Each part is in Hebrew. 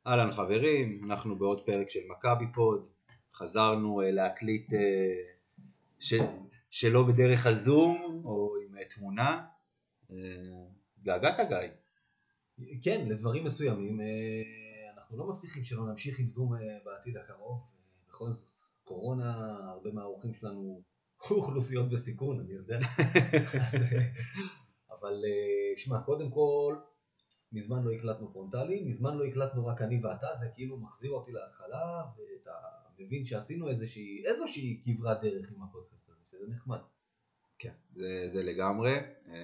אהלן חברים, אנחנו בעוד פרק של מכבי פוד, חזרנו להקליט ש... שלא בדרך הזום או עם תמונה. אה, געגעת גיא? כן, לדברים מסוימים. אנחנו לא מבטיחים שלא נמשיך עם זום בעתיד הקרוב. בכל זאת, קורונה, הרבה מהאורחים שלנו אוכלוסיות בסיכון, אני יודע. אבל שמע, קודם כל, מזמן לא הקלטנו פרונטלי, מזמן לא הקלטנו רק אני ואתה, זה כאילו מחזיר אותי להתחלה, ואתה מבין שעשינו איזושהי כברת דרך עם הפודקאסט הזה, שזה נחמד. כן, זה לגמרי.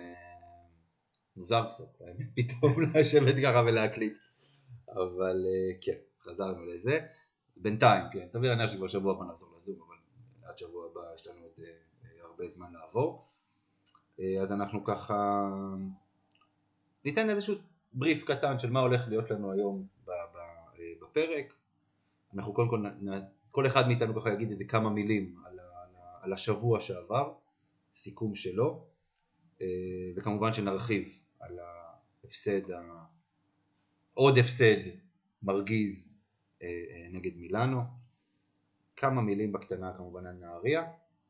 מוזר קצת, האמת, פתאום לשבת ככה ולהקליט. אבל כן, חזרנו לזה. בינתיים, כן, סביר להניח שכבר שבוע הבא נחזור לזום, אבל עד שבוע הבא יש לנו עוד הרבה זמן לעבור. אז אנחנו ככה ניתן איזשהו בריף קטן של מה הולך להיות לנו היום בפרק. אנחנו קודם כל אחד מאיתנו ככה יגיד איזה כמה מילים על השבוע שעבר, סיכום שלו, וכמובן שנרחיב על ההפסד, עוד הפסד מרגיז נגד מילאנו. כמה מילים בקטנה כמובן על נהריה.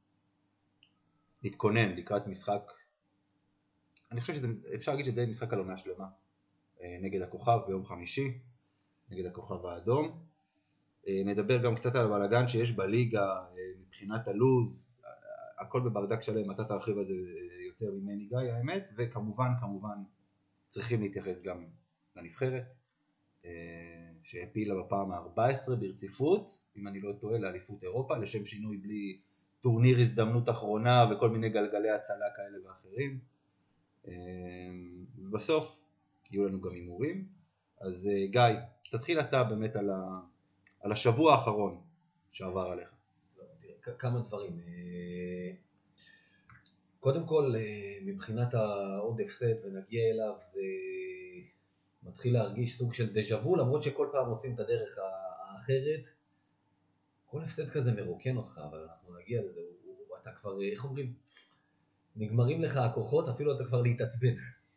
נתכונן לקראת משחק, אני חושב שאפשר להגיד שזה משחק על עונה שלמה, נגד הכוכב ביום חמישי, נגד הכוכב האדום. נדבר גם קצת על הבלגן שיש בליגה מבחינת הלוז, הכל בברדק שלם, אתה תרחיב על זה יותר ממני גיא האמת, וכמובן צריכים להתייחס גם לנבחרת, שהפילה בפעם ה-14 ברציפות, אם אני לא טועה, לאליפות אירופה, לשם שינוי בלי טורניר הזדמנות אחרונה וכל מיני גלגלי הצלה כאלה ואחרים. בסוף יהיו לנו גם הימורים. אז גיא, תתחיל אתה באמת על השבוע האחרון שעבר עליך. כמה דברים. קודם כל, מבחינת העוד הפסד ונגיע אליו, זה מתחיל להרגיש סוג של דז'אבו, למרות שכל פעם מוצאים את הדרך האחרת. כל הפסד כזה מרוקן אותך, אבל אנחנו נגיע לזה. אתה כבר, איך אומרים? נגמרים לך הכוחות, אפילו אתה כבר להתעצבן.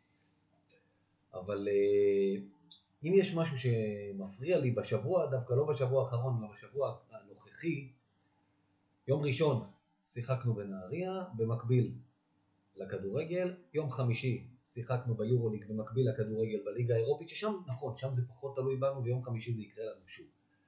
אבל אם יש משהו שמפריע לי בשבוע, דווקא לא בשבוע האחרון, אלא בשבוע הנוכחי, יום ראשון שיחקנו בנהריה, במקביל לכדורגל, יום חמישי שיחקנו ביורוליג במקביל לכדורגל בליגה האירופית, ששם, נכון, שם זה פחות תלוי בנו, ויום חמישי זה יקרה לנו שוב.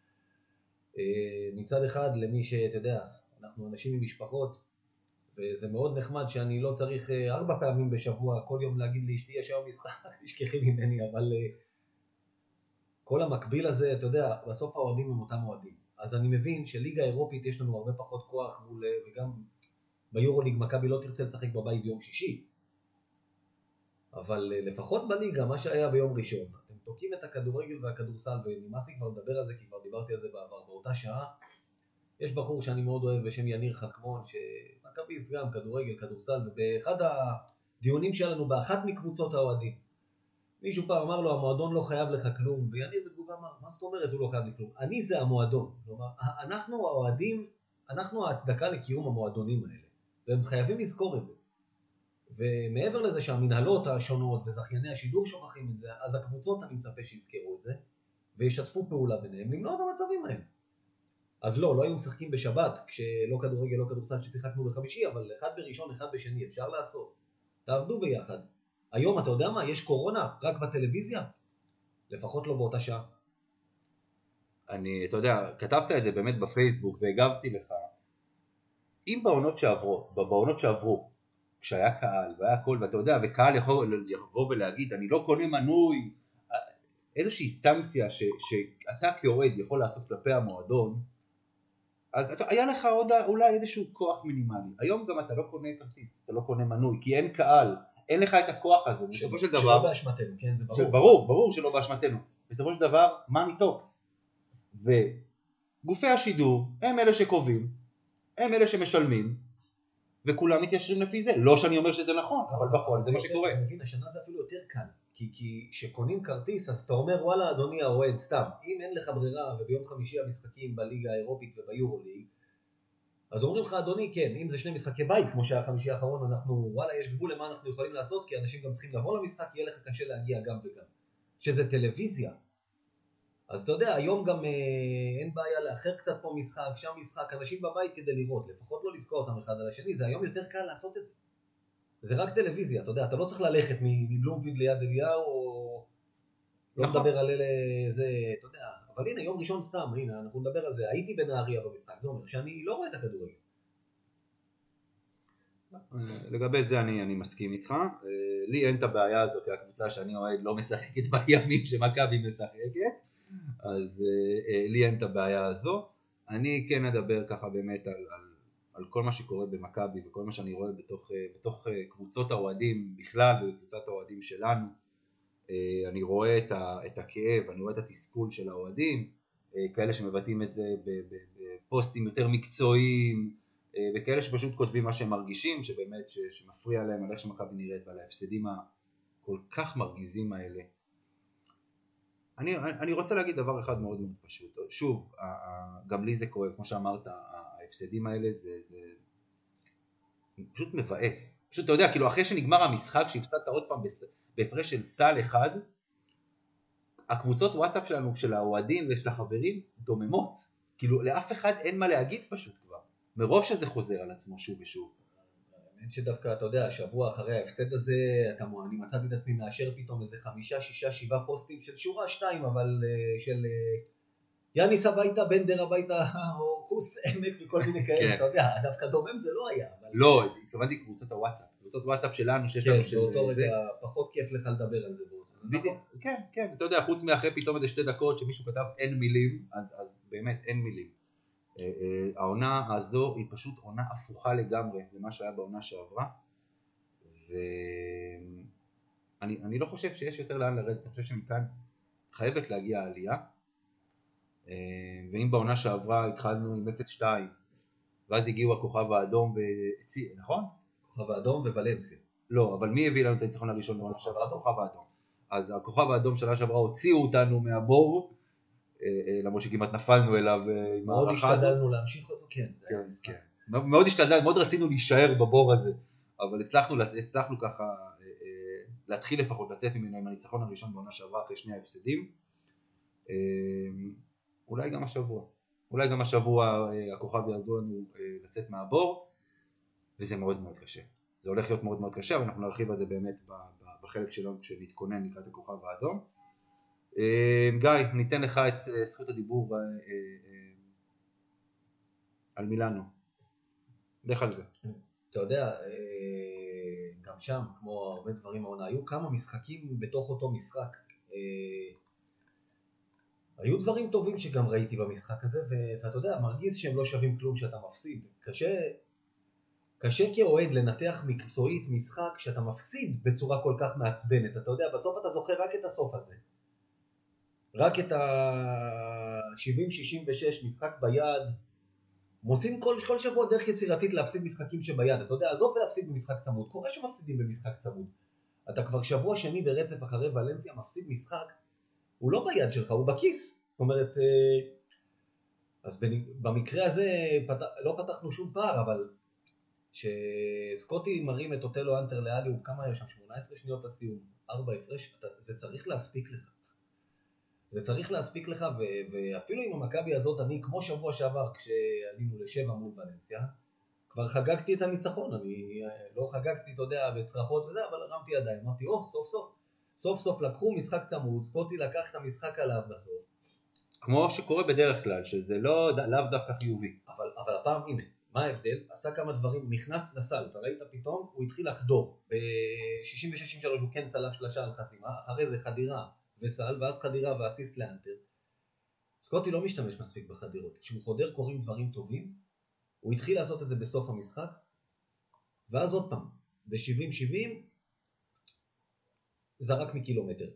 מצד אחד, למי שאתה יודע, אנחנו אנשים עם משפחות, וזה מאוד נחמד שאני לא צריך 4 פעמים בשבוע, כל יום להגיד לי, אשתי יש היום משחק, תשכחי ממני, אבל כל המקביל הזה, אתה יודע, בסוף האוהדים הם אותם אוהדים. אז אני מבין שליגה אירופית יש לנו הרבה פחות כוח, וגם ביורוליג מכבי לא תרצה לשחק בבית ביום שישי. אבל לפחות בליגה, מה שהיה ביום ראשון, אתם תוקעים את הכדורגל והכדורסל, ונמאס לי כבר לדבר על זה, כי כבר דיברתי על זה בעבר. באותה שעה, יש בחור שאני מאוד אוהב בשם יניר חכמון, שמכביסט גם כדורגל, כדורסל, ובאחד הדיונים שלנו, באחת מקבוצות האוהדים, מישהו פעם אמר לו, המועדון לא חייב לך כלום, ויניר בתגובה אמר, מה זאת אומרת הוא לא חייב לי כלום? אני זה המועדון. כלומר, אנחנו האוהדים, אנחנו ההצדקה לקיום המועדונים האלה, והם חייבים לזכור את זה. ומעבר לזה שהמנהלות השונות וזכייני השידור שוכחים את זה, אז הקבוצות אני מצפה שיזכרו את זה, וישתפו פעולה ביניהם, למנוע את המצבים האלה. אז לא היו משחקים בשבת, כשלא כדורגל, לא כדורסל ששיחקנו בחמישי, אבל אחד בראשון, אחד בשני, אפשר לעשות. תעבדו ביחד. היום אתה יודע מה? יש קורונה רק בטלוויזיה? לפחות לא באותה שעה. אתה יודע, כתבת את זה באמת בפייסבוק והגבתי לך. אם בעונות שעברו, כשהיה קהל והיה הכל, ואתה יודע, וקהל יכול לבוא ולהגיד, אני לא קונה מנוי, איזושהי סנקציה שאתה כאוהד יכול לעשות כלפי המועדון, אז היה לך עוד אולי איזשהו כוח מינימלי. היום גם אתה לא קונה כרטיס, אתה לא קונה מנוי, כי אין קהל, אין לך את הכוח הזה. בסופו של דבר, שלא באשמתנו, כן, זה ברור. ברור שלא באשמתנו. בסופו של דבר, money talks. וגופי השידור הם אלה שקובעים, הם אלה שמשלמים, וכולם מתיישרים לפי זה. לא שאני אומר שזה נכון, אבל בפועל זה מה שקורה. אני מבין, השנה זה אפילו יותר קל. כי שקונים כרטיס, אז אתה אומר, וואלה, אדוני האוהד, סתם, אם אין לך ברירה, וביום חמישי המשחקים בליגה האירופית וביורוליג, אז אומרים לך, אדוני, כן, אם זה 2 משחקי בית, כמו שהיה חמישי האחרון, וואלה, יש גבול למה אנחנו יכולים לעשות, כי אנשים גם צריכים לבוא למשחק, יהיה לך קשה להגיע גם וגם. שזה טלוויזיה. אז אתה יודע, היום גם אין בעיה לאחר קצת פה משחק, שם משחק, אנשים בבית כדי לראות, לפחות לא לתקוע אותם אחד על השני, זה היום יותר קל לעשות את זה. זה רק טלוויזיה, אתה יודע, אתה לא צריך ללכת מבלומפילד ליד אליהו, או לא נכון. מדבר על אלה, זה, אתה יודע, אבל הנה, יום ראשון סתם, הנה, אנחנו נדבר על זה, הייתי בנהריה במשחק, זה אומר שאני לא רואה את הכדורגל. לגבי זה אני מסכים איתך, לי אין את הבעיה הזו, כי הקבוצה שאני אוהד לא משחקת בימים שמכבי משחקת, אז לי אין את הבעיה הזו. אני כן אדבר ככה באמת על כל מה שקורה במכבי וכל מה שאני רואה בתוך קבוצות האוהדים בכלל ובקבוצת האוהדים שלנו. אני רואה את הכאב, אני רואה את התסכול של האוהדים, כאלה שמבטאים את זה בפוסטים יותר מקצועיים, וכאלה שפשוט כותבים מה שהם מרגישים, שבאמת שמפריע להם על איך שמכבי נראית ועל ההפסדים הכל כך מרגיזים האלה. אני רוצה להגיד דבר אחד מאוד מאוד פשוט. שוב, גם לי זה כואב, כמו שאמרת, ההפסדים האלה זה פשוט מבאס. פשוט אתה יודע, כאילו אחרי שנגמר המשחק, שהפסדת עוד פעם בהפרש של סל אחד, הקבוצות וואטסאפ שלנו, של האוהדים ושל החברים, דוממות. כאילו לאף אחד אין מה להגיד פשוט כבר. מרוב שזה חוזר על עצמו שוב ושוב. האמת שדווקא, אתה יודע, שבוע אחרי ההפסד הזה, אני מצאתי את עצמי מאשר פתאום איזה 5, 6, 7 פוסטים של שורה 2, אבל של יאניס הביתה, בנדר הביתה, או קוס עמק וכל מיני כאלה, אתה יודע, דווקא דומם זה לא היה. לא, התכוונתי קבוצות הוואטסאפ. קבוצות וואטסאפ שלנו שיש לנו של... כן, באותו רגע פחות כיף לך לדבר על זה. כן, כן, אתה יודע, חוץ מאחרי פתאום איזה 2 דקות שמישהו כתב אין מילים, אז באמת אין מילים. העונה הזו היא פשוט עונה הפוכה לגמרי למה שהיה בעונה שעברה, ואני לא חושב שיש יותר לאן לרדת. אני חושב שמכאן חייבת להגיע העלייה, ואם בעונה שעברה התחלנו עם 0-2 ואז הגיעו הכוכב האדום נכון? הכוכב האדום וולנסיה. לא, אבל מי הביא לנו את הניצחון הראשון בעונה שעברה? הכוכב האדום. אז הכוכב האדום שנה שעברה הוציאו אותנו מהבור, למרות שכמעט נפלנו אליו עם הערכה הזאת. מאוד השתדלנו להמשיך אותו, כן. כן, כן. מאוד השתדלנו, מאוד רצינו להישאר בבור הזה, אבל הצלחנו ככה להתחיל לפחות לצאת ממנו עם הניצחון הראשון בעונה שעברה אחרי 2 ההפסדים. אולי גם השבוע הכוכב יעזור לנו לצאת מהבור, וזה מאוד מאוד קשה. זה הולך להיות מאוד מאוד קשה, אבל אנחנו נרחיב על זה באמת בחלק שלנו כשנתכונן לקראת הכוכב האדום. גיא, ניתן לך את זכות הדיבור על מילאנו. לך על זה. אתה יודע, גם שם, כמו הרבה דברים העונה, היו כמה משחקים בתוך אותו משחק. היו דברים טובים שגם ראיתי במשחק הזה, ואתה יודע, מרגיז שהם לא שווים כלום שאתה מפסיד. קשה כאוהד לנתח מקצועית משחק שאתה מפסיד בצורה כל כך מעצבנת. אתה יודע, בסוף אתה זוכר רק את הסוף הזה. רק את ה-70-66 משחק ביד. מוצאים כל שבוע דרך יצירתית להפסיד משחקים שביד. אתה יודע, עזוב ולהפסיד במשחק צמוד. קורה שמפסידים במשחק צמוד. אתה כבר שבוע שני ברצף אחרי ולנסיה מפסיד משחק. הוא לא ביד שלך, הוא בכיס. זאת אומרת, אז במקרה הזה לא פתחנו שום פער, אבל שסקוטי מרים את אוטלו אנטר לאלי, הוא כמה היה שם? 18 שניות לסיום, 4 הפרש, זה צריך להספיק לך. זה צריך להספיק לך, ואפילו עם המכבי הזאת, אני כמו שבוע שעבר, כשעלינו ל7 מול ולנסיה, כבר חגגתי את הניצחון. אני לא חגגתי, אתה יודע, בצרחות וזה, אבל הרמתי ידיים, אמרתי, סוף סוף לקחו משחק צמוד, סקוטי לקח את המשחק עליו בסוף. כמו שקורה בדרך כלל, שזה לאו דווקא חיובי. אבל הפעם, הנה, מה ההבדל? עשה כמה דברים, נכנס לסל, אתה ראית פתאום, הוא התחיל לחדור. ב-66-63 הוא כן צלף שלשה על חסימה, אחרי זה חדירה וסל, ואז חדירה ואסיסט לאנטר. סקוטי לא משתמש מספיק בחדירות. כשהוא חודר קוראים דברים טובים, הוא התחיל לעשות את זה בסוף המשחק, ואז עוד פעם, ב-70-70, זרק מקילומטר.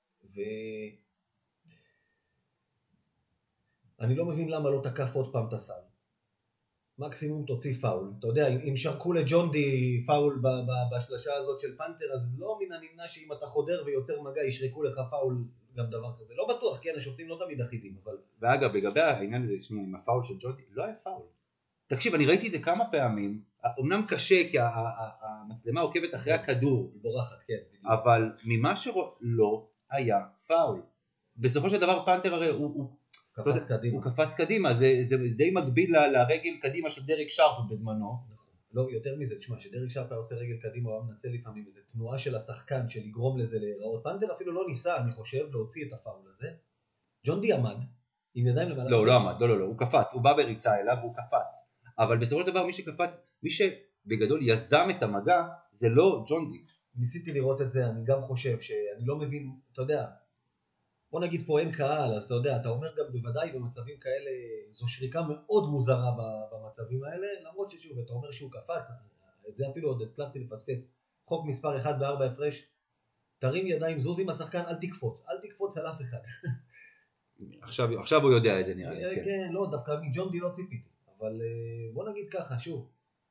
אני לא מבין למה לא תקף עוד פעם את הסל. מקסימום תוציא פאול. אתה יודע, אם שרקו לג'ון די פאול בשלשה הזאת של פנתר, אז לא מן הנמנע שאם אתה חודר ויוצר מגע, ישרקו לך פאול גם דבר כזה. לא בטוח, כן, השופטים לא תמיד אחידים, אבל... ואגב, לגבי העניין הזה, שנייה, עם הפאול של ג'ון די, לא היה פאול. תקשיב, אני ראיתי את זה כמה פעמים, אמנם קשה כי המצלמה עוקבת אחרי הכדור. היא בורחת, כן. אבל ממה לא היה פאול. בסופו של דבר פנתר הרי הוא קפץ קדימה. הוא קפץ קדימה, זה די מקביל לרגל קדימה של דרק שרפ בזמנו. נכון. לא, יותר מזה, תשמע, שדרק שרפ היה עושה רגל קדימה, הוא היה מנצל לפעמים איזו תנועה של השחקן, של לגרום לזה להיראות. פנתר אפילו לא ניסה, אני חושב, להוציא את הפאול הזה. ג'ון די עמד, עם ידיים למעלה. לא, הוא לא עמד, לא, הוא קפץ, הוא בא בריצה אליו והוא קפץ. אבל בסופו של דבר מי שקפץ, מי שבגדול יזם את המגע, זה לא ג'ון די. ניסיתי לראות את זה, אני גם חושב שאני לא מבין, אתה יודע, בוא נגיד פה אין קהל, אז אתה יודע, אתה אומר גם בוודאי במצבים כאלה, זו שריקה מאוד מוזרה במצבים האלה, למרות ששוב, אתה אומר שהוא קפץ, את זה אפילו עוד הצלחתי לפספס, חוק מספר 1 ב4 הפרש, תרים ידיים, זוז עם השחקן, אל תקפוץ על אף אחד. עכשיו הוא יודע את זה נראה לי. כן, לא, דווקא מג'ון די לא ציפיתי, אבל בוא נגיד ככה, שוב,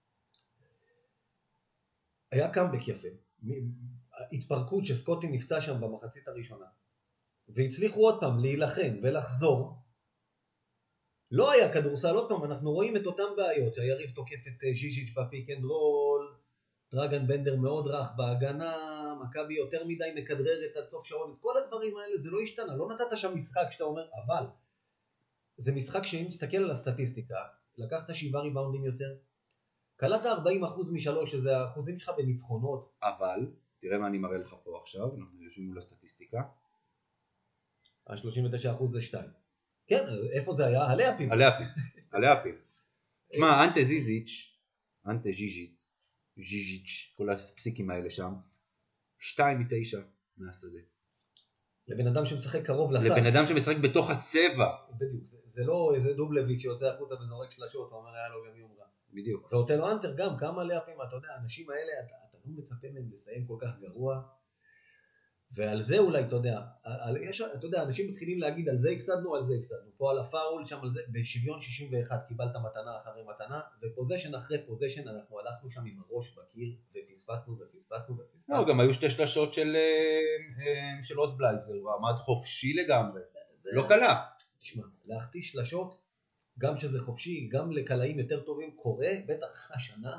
היה קאמבק יפה, התפרקות שסקוטי נפצע שם במחצית הראשונה, והצליחו עוד פעם להילחם ולחזור. לא היה כדורסל, עוד פעם, אנחנו רואים את אותם בעיות, היריב תוקף את ז'יז'יץ' בפיק אנד רול, דרגן בנדר מאוד רך בהגנה, מכבי יותר מדי מכדררת עד סוף שעון, את כל הדברים האלה זה לא השתנה, לא נתת שם משחק שאתה אומר, אבל זה משחק שאם תסתכל על הסטטיסטיקה, לקחת 7 ריבאונדים יותר, קלעת 40% מ3, שזה האחוזים שלך בניצחונות. אבל, תראה מה אני מראה לך פה עכשיו, אנחנו יושבים מול הסטטיסטיקה. 39% ל-2. כן, איפה זה היה? עלי הפיל. תשמע, אנטה ז'יז'יץ', כל הפסיקים האלה שם, 2 מ-9 מהשדה. לבן אדם שמשחק קרוב לסל. לבן אדם שמשחק בתוך הצבע. בדיוק, זה לא איזה דובלביץ' שיוצא החוצה וזורק שלשות, הוא אומר היה לו גם יום רע. בדיוק. ואוטלו אנטר גם, כמה לאפים, אתה יודע, האנשים האלה, אתה לא מצפה מהם לסיים כל כך גרוע, ועל זה אולי, אתה יודע, אנשים מתחילים להגיד, על זה הפסדנו, פה על הפאול, שם על זה, בשוויון 61 קיבלת מתנה אחרי מתנה, ופוזיישן אחרי פוזיישן, אנחנו הלכנו שם עם הראש בקיר, ופספסנו. לא, גם היו 2 שלשות של אוסבלייזר, הוא עמד חופשי לגמרי, לא קלה. תשמע, להחטיא שלשות, גם שזה חופשי, גם לקלעים יותר טובים, קורה, בטח השנה,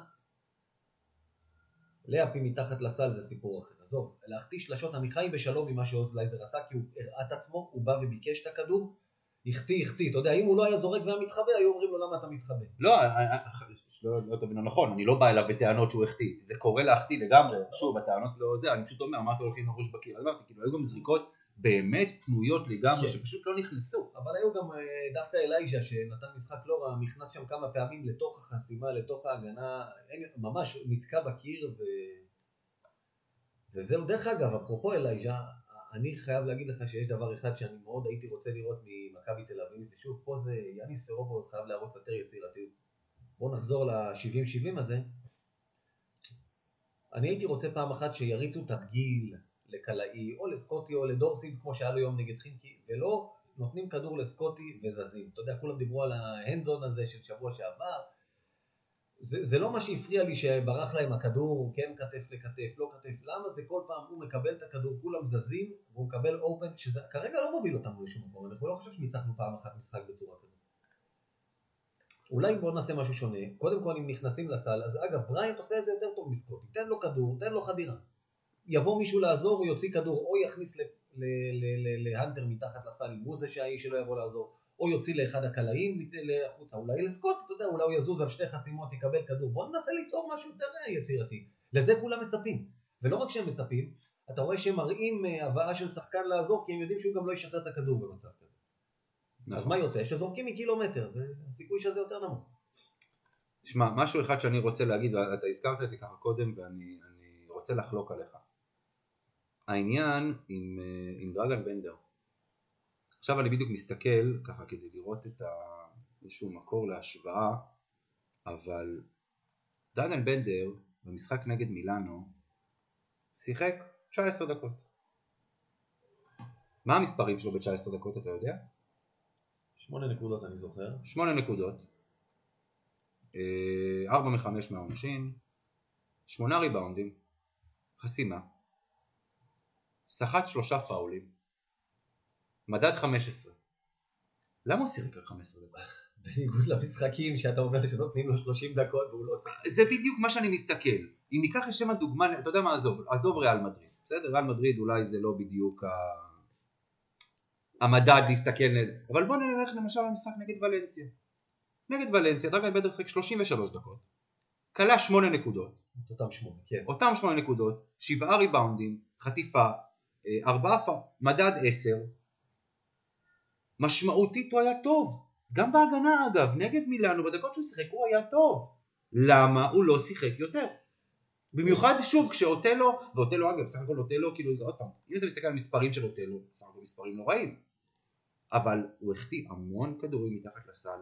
לאפים מתחת לסל זה סיפור אחר. עזוב, להחטיא שלשות, אני חי בשלום ממה שאוסבלייזר עשה, כי הוא הראה את עצמו, הוא בא וביקש את הכדור, החטיא, אתה יודע, אם הוא לא היה זורק והיה מתחבא, היו אומרים לו למה אתה מתחבא. לא תבינו נכון, אני לא בא אליו בטענות שהוא החטיא, זה קורה להחטיא לגמרי, שוב, הטענות לא זה, אני פשוט אומר, אמרתי הולכים הראש בקיר, אמרתי, כאילו, היו גם זריקות באמת פנויות לגמרי, שפשוט לא נכנסו. אבל היו גם דווקא אלייז'ה שנתן משחק לא רע, נכנס שם כמה פעמים לתוך החסימה, לתוך ההגנה, ממש נתקע בקיר, וזהו. דרך אגב, אפרופו אלייז'ה, אני חייב להגיד לך שיש דבר אחד שאני מאוד הייתי רוצה לראות ממכבי תל אביב, ושוב, פה זה יאניס פרופולוס חייב להראות יותר יצירתיות. בואו נחזור ל-70-70 הזה. אני הייתי רוצה פעם אחת שיריצו תרגיל לקלעי, או לסקוטי או לדורסי, כמו שהיה לו יום נגד חינקי, ולא נותנים כדור לסקוטי וזזים. אתה יודע, כולם דיברו על ההנדזון הזה של שבוע שעבר, זה לא מה שהפריע לי שברח להם הכדור, כן כתף לכתף, לא כתף, למה זה כל פעם הוא מקבל את הכדור, כולם זזים, והוא מקבל אופן, שזה כרגע לא מוביל אותנו לשום מקום, אנחנו לא חושב שניצחנו פעם אחת משחק בצורה כזאת. אולי בואו נעשה משהו שונה, קודם כל אם נכנסים לסל, אז אגב, בריינט עושה את זה יותר טוב מסקוטי, תן לו כדור, תן לו חדירה. יבוא מישהו לעזור, הוא יוציא כדור, או יכניס להנטר מתחת לסל, אם הוא זה שהאיש שלא יבוא לעזור, או יוציא לאחד הקלעים לחוצה, אולי לסקוט, אתה יודע, אולי הוא יזוז על 2 חסימות, יקבל כדור, בוא ננסה ליצור משהו יותר יצירתי. לזה כולם מצפים, ולא רק שהם מצפים, אתה רואה שהם מראים הבאה של שחקן לעזור, כי הם יודעים שהוא גם לא ישחרר את הכדור במצב כזה. אז מה יוצא? שזורקים מקילומטר, והסיכוי שזה יותר נמוך. תשמע, משהו אחד שאני רוצה להגיד, ואתה הזכרת את זה ככה קודם, ואני רוצה לחלוק עליך. העניין עם דרגן בנדר. עכשיו אני בדיוק מסתכל ככה כדי לראות איזשהו מקור להשוואה, אבל דרגן בנדר במשחק נגד מילאנו שיחק 19 דקות. מה המספרים שלו ב-19 דקות אתה יודע? 8 נקודות אני זוכר. 8 נקודות. 4 מ-5 מהעונשין, 8 ריבאונדים, חסימה, סחט 3 פאולים, מדד 15. למה הוא שיחק רק 15 דקות? בניגוד למשחקים שאתה אומר שנותנים לו 30 דקות והוא לא עושה. זה בדיוק מה שאני מסתכל. אם ניקח לשם הדוגמה, אתה יודע מה, עזוב ריאל מדריד. בסדר, ריאל מדריד אולי זה לא בדיוק המדד להסתכל, אבל בוא נלך למשל למשחק נגד ולנסיה. נגד ולנסיה, דרגן בדר שחק 33 דקות, קלה 8 נקודות. אותם 8, כן. אותם 8 נקודות, 7 ריבאונדים, חטיפה, 4 מדד 10. משמעותית הוא היה טוב. גם בהגנה אגב, נגד מילאנו, בדקות שהוא שיחק הוא היה טוב. למה הוא לא שיחק יותר? במיוחד שוב כשאוטלו, ואוטלו אגב, סך הכל אוטלו, כאילו עוד פעם, אם אתה מסתכל על מספרים של אוטלו, סך הכל מספרים נוראים. אבל הוא החטיא המון כדורים מתחת לסל.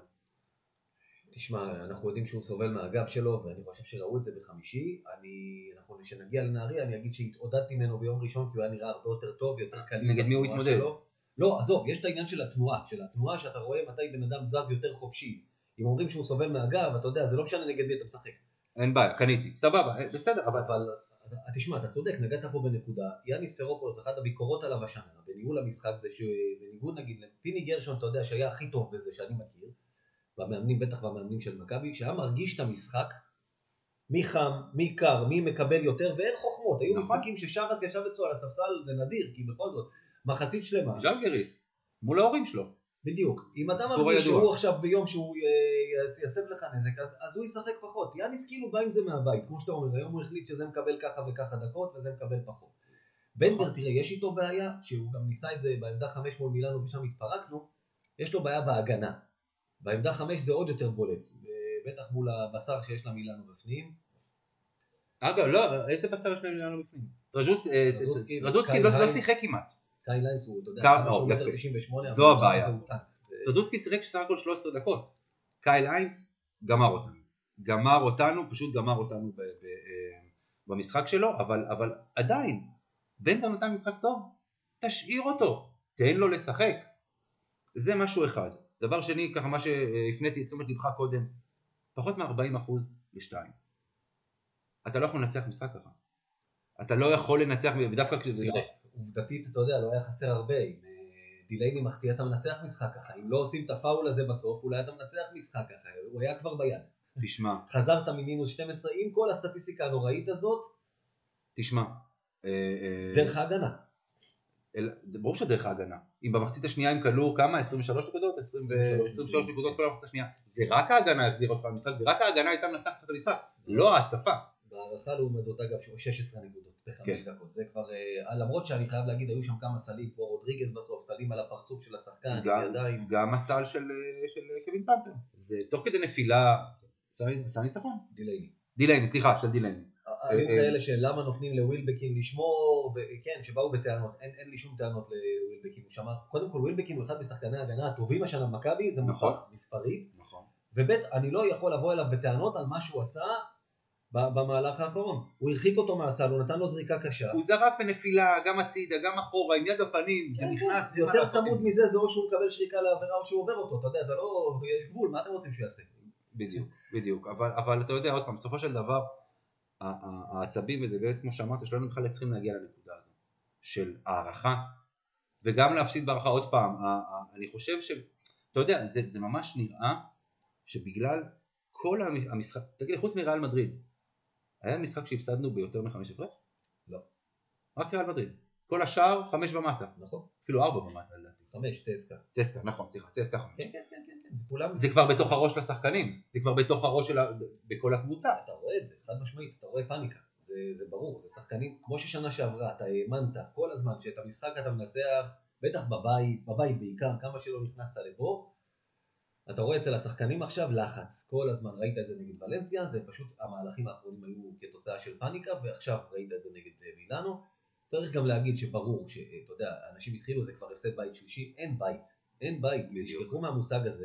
תשמע, אנחנו יודעים שהוא סובל מהגב שלו, ואני חושב שראו את זה בחמישי. כשנגיע לנהריה, אני אגיד שהתעודדתי ממנו ביום ראשון, כי הוא היה נראה הרבה יותר טוב, יותר קל. נגד מי הוא התמודד? לא, עזוב, יש את העניין של התנועה שאתה רואה מתי בן אדם זז יותר חופשי. אם אומרים שהוא סובל מהגב, אתה יודע, זה לא משנה נגד מי אתה משחק. אין בעיה, קניתי, סבבה, בסדר, אבל תשמע, אתה צודק, נגעת פה בנקודה. יאניס פרופולוס, אחת הביקורות עליו השנה, בניהול המשחק, זה שבניגוד נגיד לפיני גרשון, אתה יודע שהיה הכי טוב בזה שאני מכיר, במאמנים, בטח במאמנים של מכבי, שהיה מרגיש את המשחק, מי חם, מי קר, מי מקבל יותר, ואין חוכמות. היו משחקים ששרס ישב אצלו על הספסל, זה נדיר, כי בכל זאת, מחצית שלמה. ז'לגיריס, מול ההורים שלו. בדיוק. אם אתה מרגיש שהוא עכשיו ביום שהוא יסב לך נזק, אז הוא ישחק פחות. יאניס כאילו בא עם זה מהבית, כמו שאתה אומר, היום הוא החליט שזה מקבל ככה וככה דקות, וזה מקבל פחות. בנדר, תראה, יש איתו בעיה, שהוא גם ניסה את זה בעמדה 5 מול מילאנו, ושם התפרקנו, יש לו בעיה בהגנה. בעמדה 5 זה עוד יותר בולט, בטח מול הבשר שיש לה מילאנו בפנים. אגב, לא, איזה בשר יש לה מילאנו בפנים? טרז'וצקי לא שיחק כמעט. קייל ליינס הוא, אתה יודע, הוא מטר 98. זו הבעיה. טרז'וצקי שיחק סך הכל 13 דקות. קייל ליינס גמר אותנו, פשוט גמר אותנו במשחק שלו, אבל עדיין, בנדר נתן משחק טוב, תשאיר אותו, תן לו לשחק. זה משהו אחד. דבר שני, ככה מה שהפניתי את תשומת לבך קודם, פחות מ-40% ל-2. אתה לא יכול לנצח משחק ככה. אתה לא יכול לנצח, ודווקא... תראה, עובדתית, אתה יודע, לא היה חסר הרבה. אם דילייני מחטיא, אתה מנצח משחק ככה. אם לא עושים את הפאול הזה בסוף, אולי אתה מנצח משחק ככה. הוא היה כבר ביד. תשמע. חזרת ממינוס 12, עם כל הסטטיסטיקה הנוראית הזאת. תשמע. דרך ההגנה. ברור שדרך ההגנה. אם במחצית השנייה הם קלו כמה? 23 נקודות? 23 נקודות כל המחצית השנייה. זה רק ההגנה החזיר אותך למשחק, ורק ההגנה הייתה מנצחת את המשחק, לא ההתקפה. בהערכה לעומת זאת אגב 16 נקודות ב5 דקות. זה כבר, למרות שאני חייב להגיד, היו שם כמה סלים, כמו רודריגז בסוף, סלים על הפרצוף של השחקן, ידיים. גם הסל של קווין פנתר. זה תוך כדי נפילה, סל ניצחון? דילייני, סליחה, של דילייני. היו כאלה שלמה נותנים לווילבקין לשמור, וכן, שבאו בטענות, אין לי שום טענות לווילבקין, הוא שמר, קודם כל ווילבקין הוא אחד משחקני ההגנה הטובים השנה במכבי, זה מוכח מספרית, ובית, אני לא יכול לבוא אליו בטענות על מה שהוא עשה במהלך האחרון, הוא הרחיק אותו מהסל, הוא נתן לו זריקה קשה, הוא זרק בנפילה, גם הצידה, גם אחורה, עם יד בפנים, זה נכנס, יותר צמוד מזה, זה או שהוא מקבל שריקה לעבירה או שהוא עובר אותו, אתה יודע, זה לא, יש גבול, מה אתם רוצים שהוא יעשה? בדיוק, אבל אתה יודע, עוד פעם, בסופו של דבר העצבים וזה באמת כמו שאמרת, שלנו בכלל צריכים להגיע לנקודה הזו של הערכה, וגם להפסיד בערכה עוד פעם. אני חושב אתה יודע, זה ממש נראה שבגלל כל המשחק, תגיד, חוץ מריאל מדריד, היה משחק שהפסדנו ביותר מ5 הפרש? לא. רק ריאל מדריד. כל השאר 5 במטה. נכון. אפילו 4 במטה לדעתי. 5, צסקה, נכון, סליחה, צסקה 5. כן. זה כבר בתוך הראש של השחקנים, זה כבר בתוך הראש בכל הקבוצה. אתה רואה את זה, חד משמעית, אתה רואה פאניקה, זה ברור, זה שחקנים, כמו ששנה שעברה, אתה האמנת כל הזמן שאת המשחק אתה מנצח, בטח בבית בעיקר, כמה שלא נכנסת לבו, אתה רואה אצל השחקנים עכשיו לחץ, כל הזמן ראית את זה נגד ולנסיה, זה פשוט המהלכים האחרונים היו כתוצאה של פאניקה, ועכשיו ראית את זה נגד מילאנו, צריך גם להגיד שברור, שאתה יודע, אנשים התחילו, זה כבר הפסד בית שלישי, אין בית, תשכחו מהמושג הזה,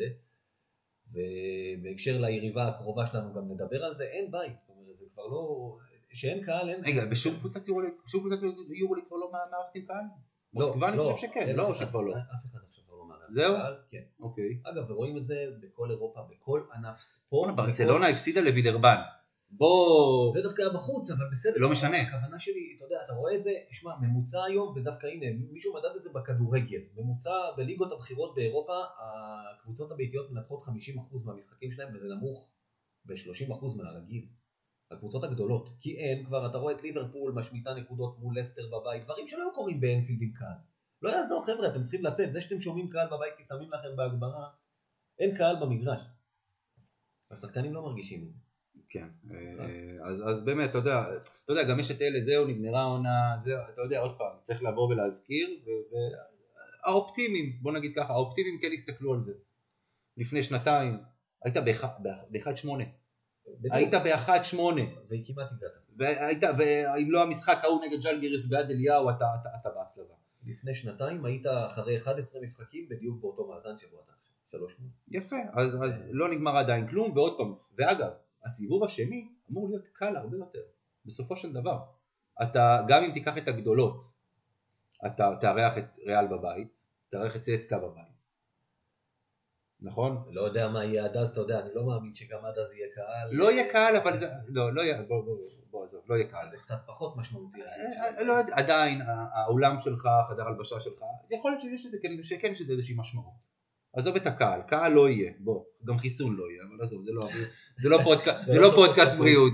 ובהקשר ליריבה הקרובה שלנו גם נדבר על זה, אין בית, זאת אומרת, זה כבר לא, שאין קהל, אין... רגע, בשום קבוצת יורוליג כבר לא מערכת עם קהל? מוסקבה אני חושב שכן, לא שכבר לא. אף אחד עכשיו לא מערכת עם זהו? קהל, כן. אוקיי. אגב, ורואים את זה בכל אירופה, בכל ענף ספורט. ברצלונה הפסידה לווילרבן. זה דווקא היה בחוץ, אבל בסדר. לא משנה. הכוונה שלי, אתה יודע, אתה רואה את זה, שמע, ממוצע היום, ודווקא הנה, מישהו מדד את זה בכדורגל. ממוצע בליגות הבחירות באירופה, הקבוצות הביתיות מנצחות 50% מהמשחקים שלהם, וזה נמוך ב-30% מהרגיל. הקבוצות הגדולות. כי אין כבר, אתה רואה את ליברפול משמיטה נקודות מול לסטר בבית, דברים שלא קורים באנפילד עם קהל. לא יעזור חבר'ה, אתם צריכים לצאת, זה שאתם שומעים קהל בבית כי שמים לכם בהגברה, אין קהל במגרש. השחקנים לא מרגישים את זה. כן, אז באמת, אתה יודע, גם יש את אלה, זהו, נגמרה העונה, אתה יודע, עוד פעם, צריך לעבור ולהזכיר, והאופטימיים, בוא נגיד ככה, האופטימיים כן הסתכלו על זה. לפני שנתיים, היית ב-1-8. היית ב-1-8. וכמעט הגעת. ואם לא המשחק ההוא נגד ז'לגיריס ביד אליהו, אתה בהצלבה. לפני שנתיים היית אחרי 11 משחקים בדיוק באותו מאזן שבו אתה עכשיו, 3-8. יפה, אז לא נגמר עדיין כלום, ועוד פעם, ואגב, הסיבוב השני אמור להיות קל הרבה יותר, בסופו של דבר. אתה, גם אם תיקח את הגדולות, אתה תארח את ריאל בבית, תארח את CSKA בבית. נכון? לא יודע מה יהיה עד אז, אתה יודע, אני לא מאמין שגם עד אז יהיה קהל. לא יהיה קהל, אבל זה, לא יהיה, בוא עזוב, לא יהיה קהל. זה קצת פחות משמעותי. לא יודע, עדיין, האולם שלך, חדר הלבשה שלך, יכול להיות שכן יש איזושהי משמעות. עזוב את הקהל, קהל לא יהיה, בוא, גם חיסון לא יהיה, אבל עזוב, זה לא פודקאסט בריאות.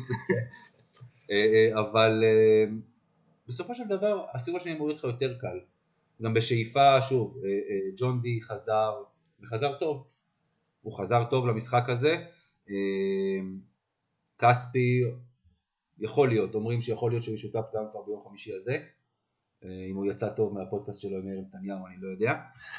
אבל בסופו של דבר, הסיבוב השני אמור להיות לך יותר קל. גם בשאיפה, שוב, ג'ון די חזר, וחזר טוב. הוא חזר טוב למשחק הזה. כספי, יכול להיות, אומרים שיכול להיות שהוא שותף גם כבר ביום חמישי הזה. אם הוא יצא טוב מהפודקאסט שלו עם יאיר נתניהו, אני לא יודע.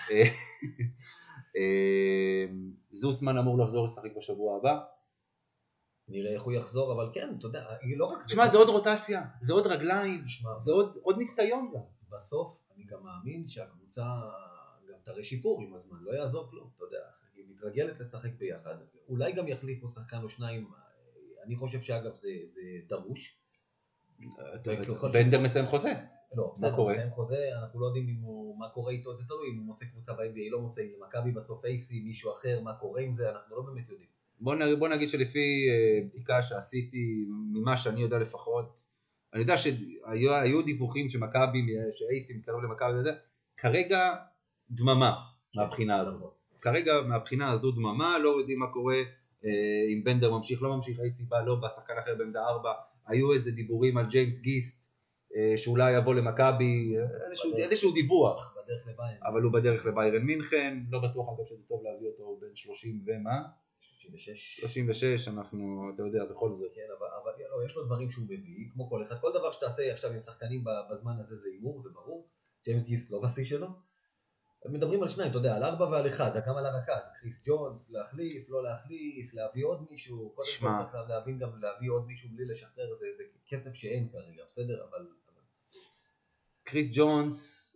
זוסמן אמור לחזור לשחק בשבוע הבא. נראה איך הוא יחזור, אבל כן, אתה יודע, לא רק זה. תשמע, זה עוד רוטציה, זה עוד רגליים, זה עוד ניסיון גם. בסוף, אני גם מאמין שהקבוצה גם תראה שיפור עם הזמן, לא יעזור כלום, אתה יודע, היא מתרגלת לשחק ביחד, אולי גם יחליפו שחקן או שניים, אני חושב שאגב זה דרוש. בנדר מסיים חוזה. לא, בסדר, מסיים חוזה, אנחנו לא יודעים מה קורה איתו, זה תלוי, אם הוא מוצא קבוצה ב-NBA, לא מוצא, אם למכבי בסוף AC, מישהו אחר, מה קורה עם זה, אנחנו לא באמת יודעים. בוא נגיד שלפי בדיקה שעשיתי, ממה שאני יודע לפחות, אני יודע שהיו דיווחים שמכבי, שאייסי מתקרב למכבי, כרגע דממה מהבחינה הזו. כרגע מהבחינה הזו דממה, לא יודעים מה קורה, אם בנדר ממשיך, לא ממשיך, אייסי בא, לא בא, שחקן אחר בעמדה 4, היו איזה דיבורים על ג'יימס גיסט, שאולי יבוא למכבי, איזשהו דיווח, אבל הוא בדרך לביירן מינכן, לא בטוח אגב שזה טוב להביא אותו בין 30 ומה? 36, אנחנו, אתה יודע, בכל זאת. כן, אבל לא, יש לו דברים שהוא מביא, כמו כל אחד, כל דבר שתעשה עכשיו עם שחקנים בזמן הזה זה אימור, זה ברור. ג'יימס גיסט לא בשיא שלו. מדברים על שניים, אתה יודע, על 4 ועל 1, גם על הרכז, קריס ג'ונס, להחליף, לא להחליף, להביא עוד מישהו, קודם כל צריך להבין גם להביא עוד מישהו בלי לשחרר, זה כסף שאין כרגע, בסדר, אבל... קריס ג'ונס,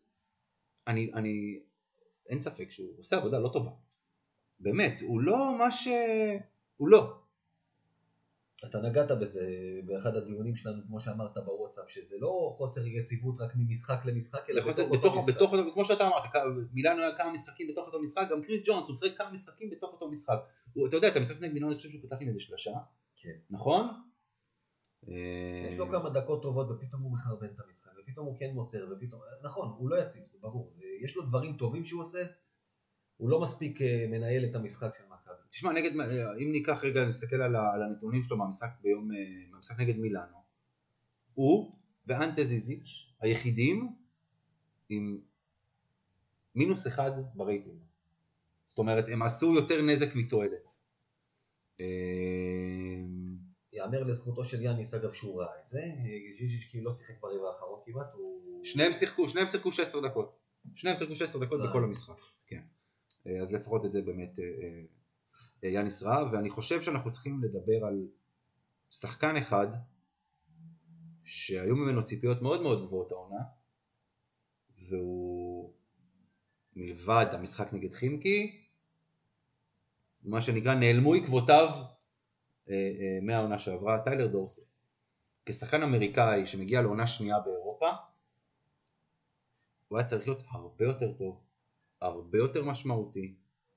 אין ספק שהוא עושה עבודה לא טובה. באמת, הוא לא מה ש... הוא לא. אתה נגעת בזה באחד הדיונים שלנו, כמו שאמרת בוואטסאפ, שזה לא חוסר יציבות רק ממשחק למשחק, אלא בתוך אותו, כמו שאתה אמרת, מילאנו היה כמה משחקים בתוך אותו משחק, גם קריס ג'ונס, הוא משחק כמה משחקים בתוך אותו משחק. אתה יודע, אתה משחק נגד מילאנו, אני חושב שהוא פתח עם איזה שלושה, נכון? יש לו כמה דקות טובות, ופתאום הוא מחרבן את המשחק, ופתאום הוא כן מוסר, ופתאום... נכון, הוא לא יציב, זה ברור. יש לו דברים טובים שהוא עושה, הוא לא מספיק מנהל את המשחק של מכבי. תשמע, אם ניקח רגע, נסתכל על הנתונים שלו מהמשחק נגד מילאנו, הוא ואנטה זיזיץ' היחידים עם -1 ברייטינג. זאת אומרת, הם עשו יותר נזק מתועלת. יאמר לזכותו של יאניס, אגב, שהוא ראה את זה. זיזיץ' כי לא שיחק ברבע האחרון כמעט. שניהם שיחקו 16 דקות. בכל המשחק. כן. אז לפחות את זה באמת יאניס ראה, ואני חושב שאנחנו צריכים לדבר על שחקן אחד שהיו ממנו ציפיות מאוד מאוד גבוהות העונה, והוא מלבד המשחק נגד חימקי, מה שנקרא נעלמו עקבותיו מהעונה שעברה, טיילר דורסי. כשחקן אמריקאי שמגיע לעונה שנייה באירופה, הוא היה צריך להיות הרבה יותר טוב, הרבה יותר משמעותי.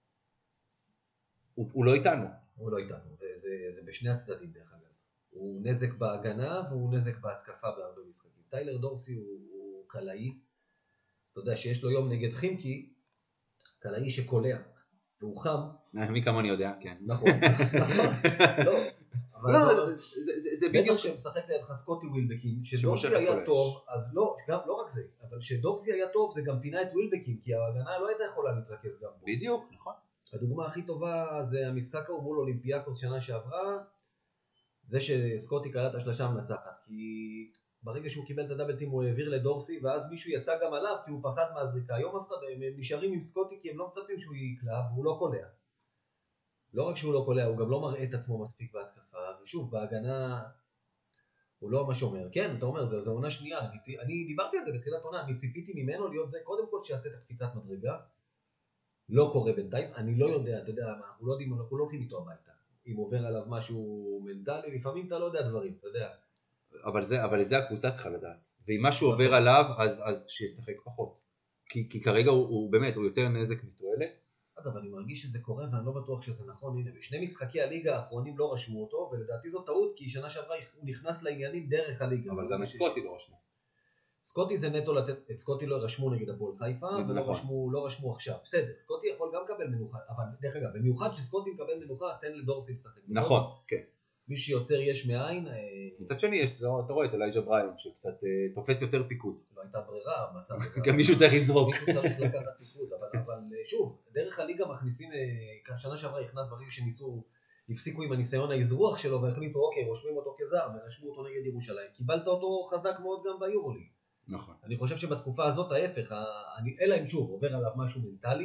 הוא לא איתנו. הוא לא איתנו, זה בשני הצדדים דרך אגב. הוא נזק בהגנה והוא נזק בהתקפה בהרבה משחקים. טיילר דורסי הוא קלעי. אתה יודע שיש לו יום נגד חימקי, קלעי שקולע, והוא חם. מי כמוני יודע, כן. נכון. לא, אבל זה בדיוק בטח שמשחק לידך סקוטי ווילבקין, שדורסי היה טוב, אז לא רק זה, אבל שדורסי היה טוב זה גם פינה את ווילבקין, כי ההגנה לא הייתה יכולה להתרכז גם בו. בדיוק, נכון. הדוגמה הכי טובה זה המשחק ההוא מול אולימפיאקוס שנה שעברה, זה שסקוטי קלט השלשה המנצחת, כי ברגע שהוא קיבל את הדאבל טים הוא העביר לדורסי, ואז מישהו יצא גם עליו כי הוא פחד מהזריקה. היום אף אחד, הם נשארים עם סקוטי כי הם לא מצפים שהוא יקלע, והוא לא קולע. לא רק שהוא לא קולע, הוא גם לא מראה את עצמו מספיק בהתקפה, ושוב, בהגנה הוא לא מה שאומר. כן, אתה אומר, זו עונה שנייה, אני דיברתי על זה בתחילת עונה, אני ציפיתי ממנו להיות זה, קודם כל שיעשה את הקפיצת מדרגה, לא קורה בינתיים, אני לא יודע, אתה יודע, אנחנו לא יודעים, אנחנו לא הולכים איתו הביתה. אם עובר עליו משהו מנטלי, לפעמים אתה לא יודע דברים, אתה יודע. אבל זה הקבוצה צריכה לדעת. ואם משהו עובר עליו, אז שישחק פחות. כי כרגע הוא באמת, הוא יותר נזק מתועלת. אגב, אני מרגיש שזה קורה ואני לא בטוח שזה נכון. הנה, בשני משחקי הליגה האחרונים לא רשמו אותו, ולדעתי זו טעות, כי שנה שעברה הוא נכנס לעניינים דרך הליגה. אבל גם את סקוטי לא רשמו. סקוטי זה נטו לתת, את סקוטי לא רשמו נגד הפועל חיפה, ולא רשמו עכשיו. בסדר, סקוטי יכול גם לקבל מנוחה, אבל דרך אגב, במיוחד שסקוטי מקבל מנוחה, אז תן לדורסי לשחק. נכון, כן. מי שיוצר יש מאין. מצד שני, אתה רואה את אלייג'ה בריין, שקצת תופס יותר פיקוד. לא הייתה ברירה, מצב. גם מישהו צריך לזרוק. מישהו צריך לקחת פיקוד, אבל שוב, דרך הליגה מכניסים, שנה שעברה הכנס ברגע שניסו, הפסיקו עם הניסיון האזרוח שלו, והחליטו, אוקיי, רושמים אותו כזר, ורשמו אותו נגד ירושלים. קיבלת אותו חזק מאוד גם ביורוליג. נכון. אני חושב שבתקופה הזאת ההפך, אלא אם שוב עובר עליו משהו מנטלי,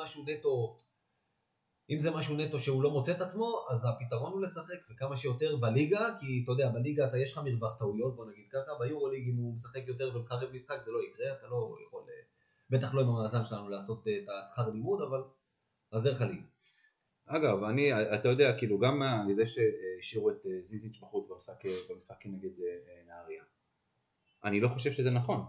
אם זה משהו נטו שהוא לא מוצא את עצמו, אז הפתרון הוא לשחק וכמה שיותר בליגה, כי אתה יודע, בליגה יש לך מרווח טעויות, בוא נגיד ככה, ביורוליג אם הוא משחק יותר ומחרב משחק זה לא יקרה, אתה לא יכול, בטח לא עם המאזן שלנו לעשות את השכר לימוד, אבל אז דרך הליגה. אגב, אתה יודע, כאילו גם מזה שהשאירו את זיזיץ' בחוץ במשחק נגד נהריה. אני לא חושב שזה נכון.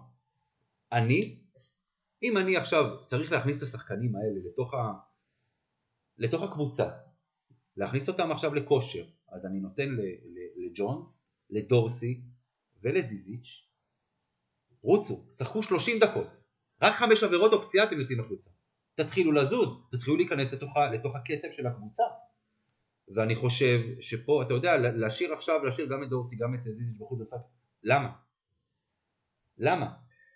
אם אני עכשיו צריך להכניס את השחקנים האלה לתוך הקבוצה, להכניס אותם עכשיו לכושר, אז אני נותן לג'ונס, לדורסי ולזיזיץ', רוצו, שחקו 30 דקות, רק 5 עבירות או פציעה אתם יוצאים החוצה. תתחילו לזוז, תתחילו להיכנס לתוך הקצב של הקבוצה. ואני חושב שפה, אתה יודע, להשאיר גם את דורסי, גם את זיזיץ' בחוץ במשחק. למה?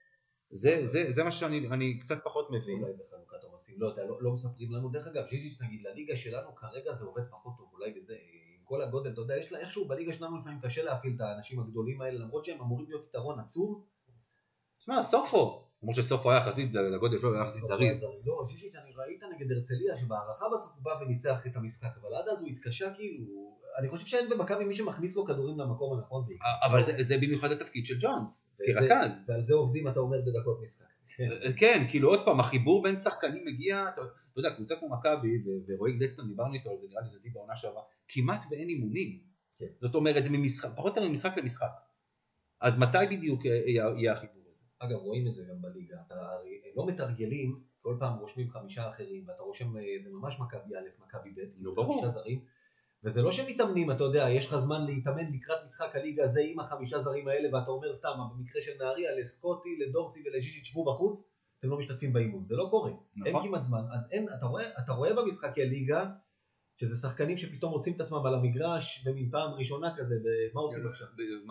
זה מה שאני קצת פחות מבין. אולי זה חלוקת עומסים, לא מספרים לנו. דרך אגב, זיזיץ' נגיד, לליגה שלנו כרגע זה עובד פחות טוב, אולי בזה, עם כל הגודל, אתה יודע, יש לה איכשהו בליגה שלנו לפעמים קשה להפעיל את האנשים הגדולים האלה, למרות שהם אמורים להיות יתרון עצום. תשמע, סופו, כמו שסופו היה יחסית לגודל שלו, היה יחסית זריז. לא, זיזיץ' אני ראית נגד הרצליה, שבהערכה בסוף הוא בא וניצח את המשחק, אבל עד אז הוא התקשה כאילו, אני חושב שאין במכבי מי שמכניס לו כדורים למקום הנכון. אבל זה במיוחד התפקיד של ג'ונס, כרכז. ועל זה עובדים, אתה אומר, בדקות משחק. כן, כאילו עוד פעם, החיבור בין שחקנים מגיע, אתה יודע, קבוצה כמו מכבי, ורועי גלסטון דיברנו איתו על זה, נראה לי לדעתי בעונה שעברה, כמעט ואין אימונים. זאת אומרת, זה פחות או ממשחק למשחק. אז מתי בדיוק יהיה החיבור הזה? אגב, רואים את זה גם בליגה, אתה לא מתרגלים, כל פעם רושמים 5 אחרים, ואתה רושם, זה ממש מכבי א', מכבי ב', 5 זרים, וזה לא שמתאמנים, אתה יודע, יש לך זמן להתאמן לקראת משחק הליגה הזה עם 5 זרים האלה, ואתה אומר סתם, במקרה של נהריה, לסקוטי, לדורסי ולז'יז'יץ' שבו בחוץ, אתם לא משתתפים באימון, זה לא קורה, אין כמעט זמן, אז אתה רואה במשחקי הליגה, שזה שחקנים שפתאום מוצאים את עצמם על המגרש, במין פעם ראשונה כזה, ומה עושים עכשיו?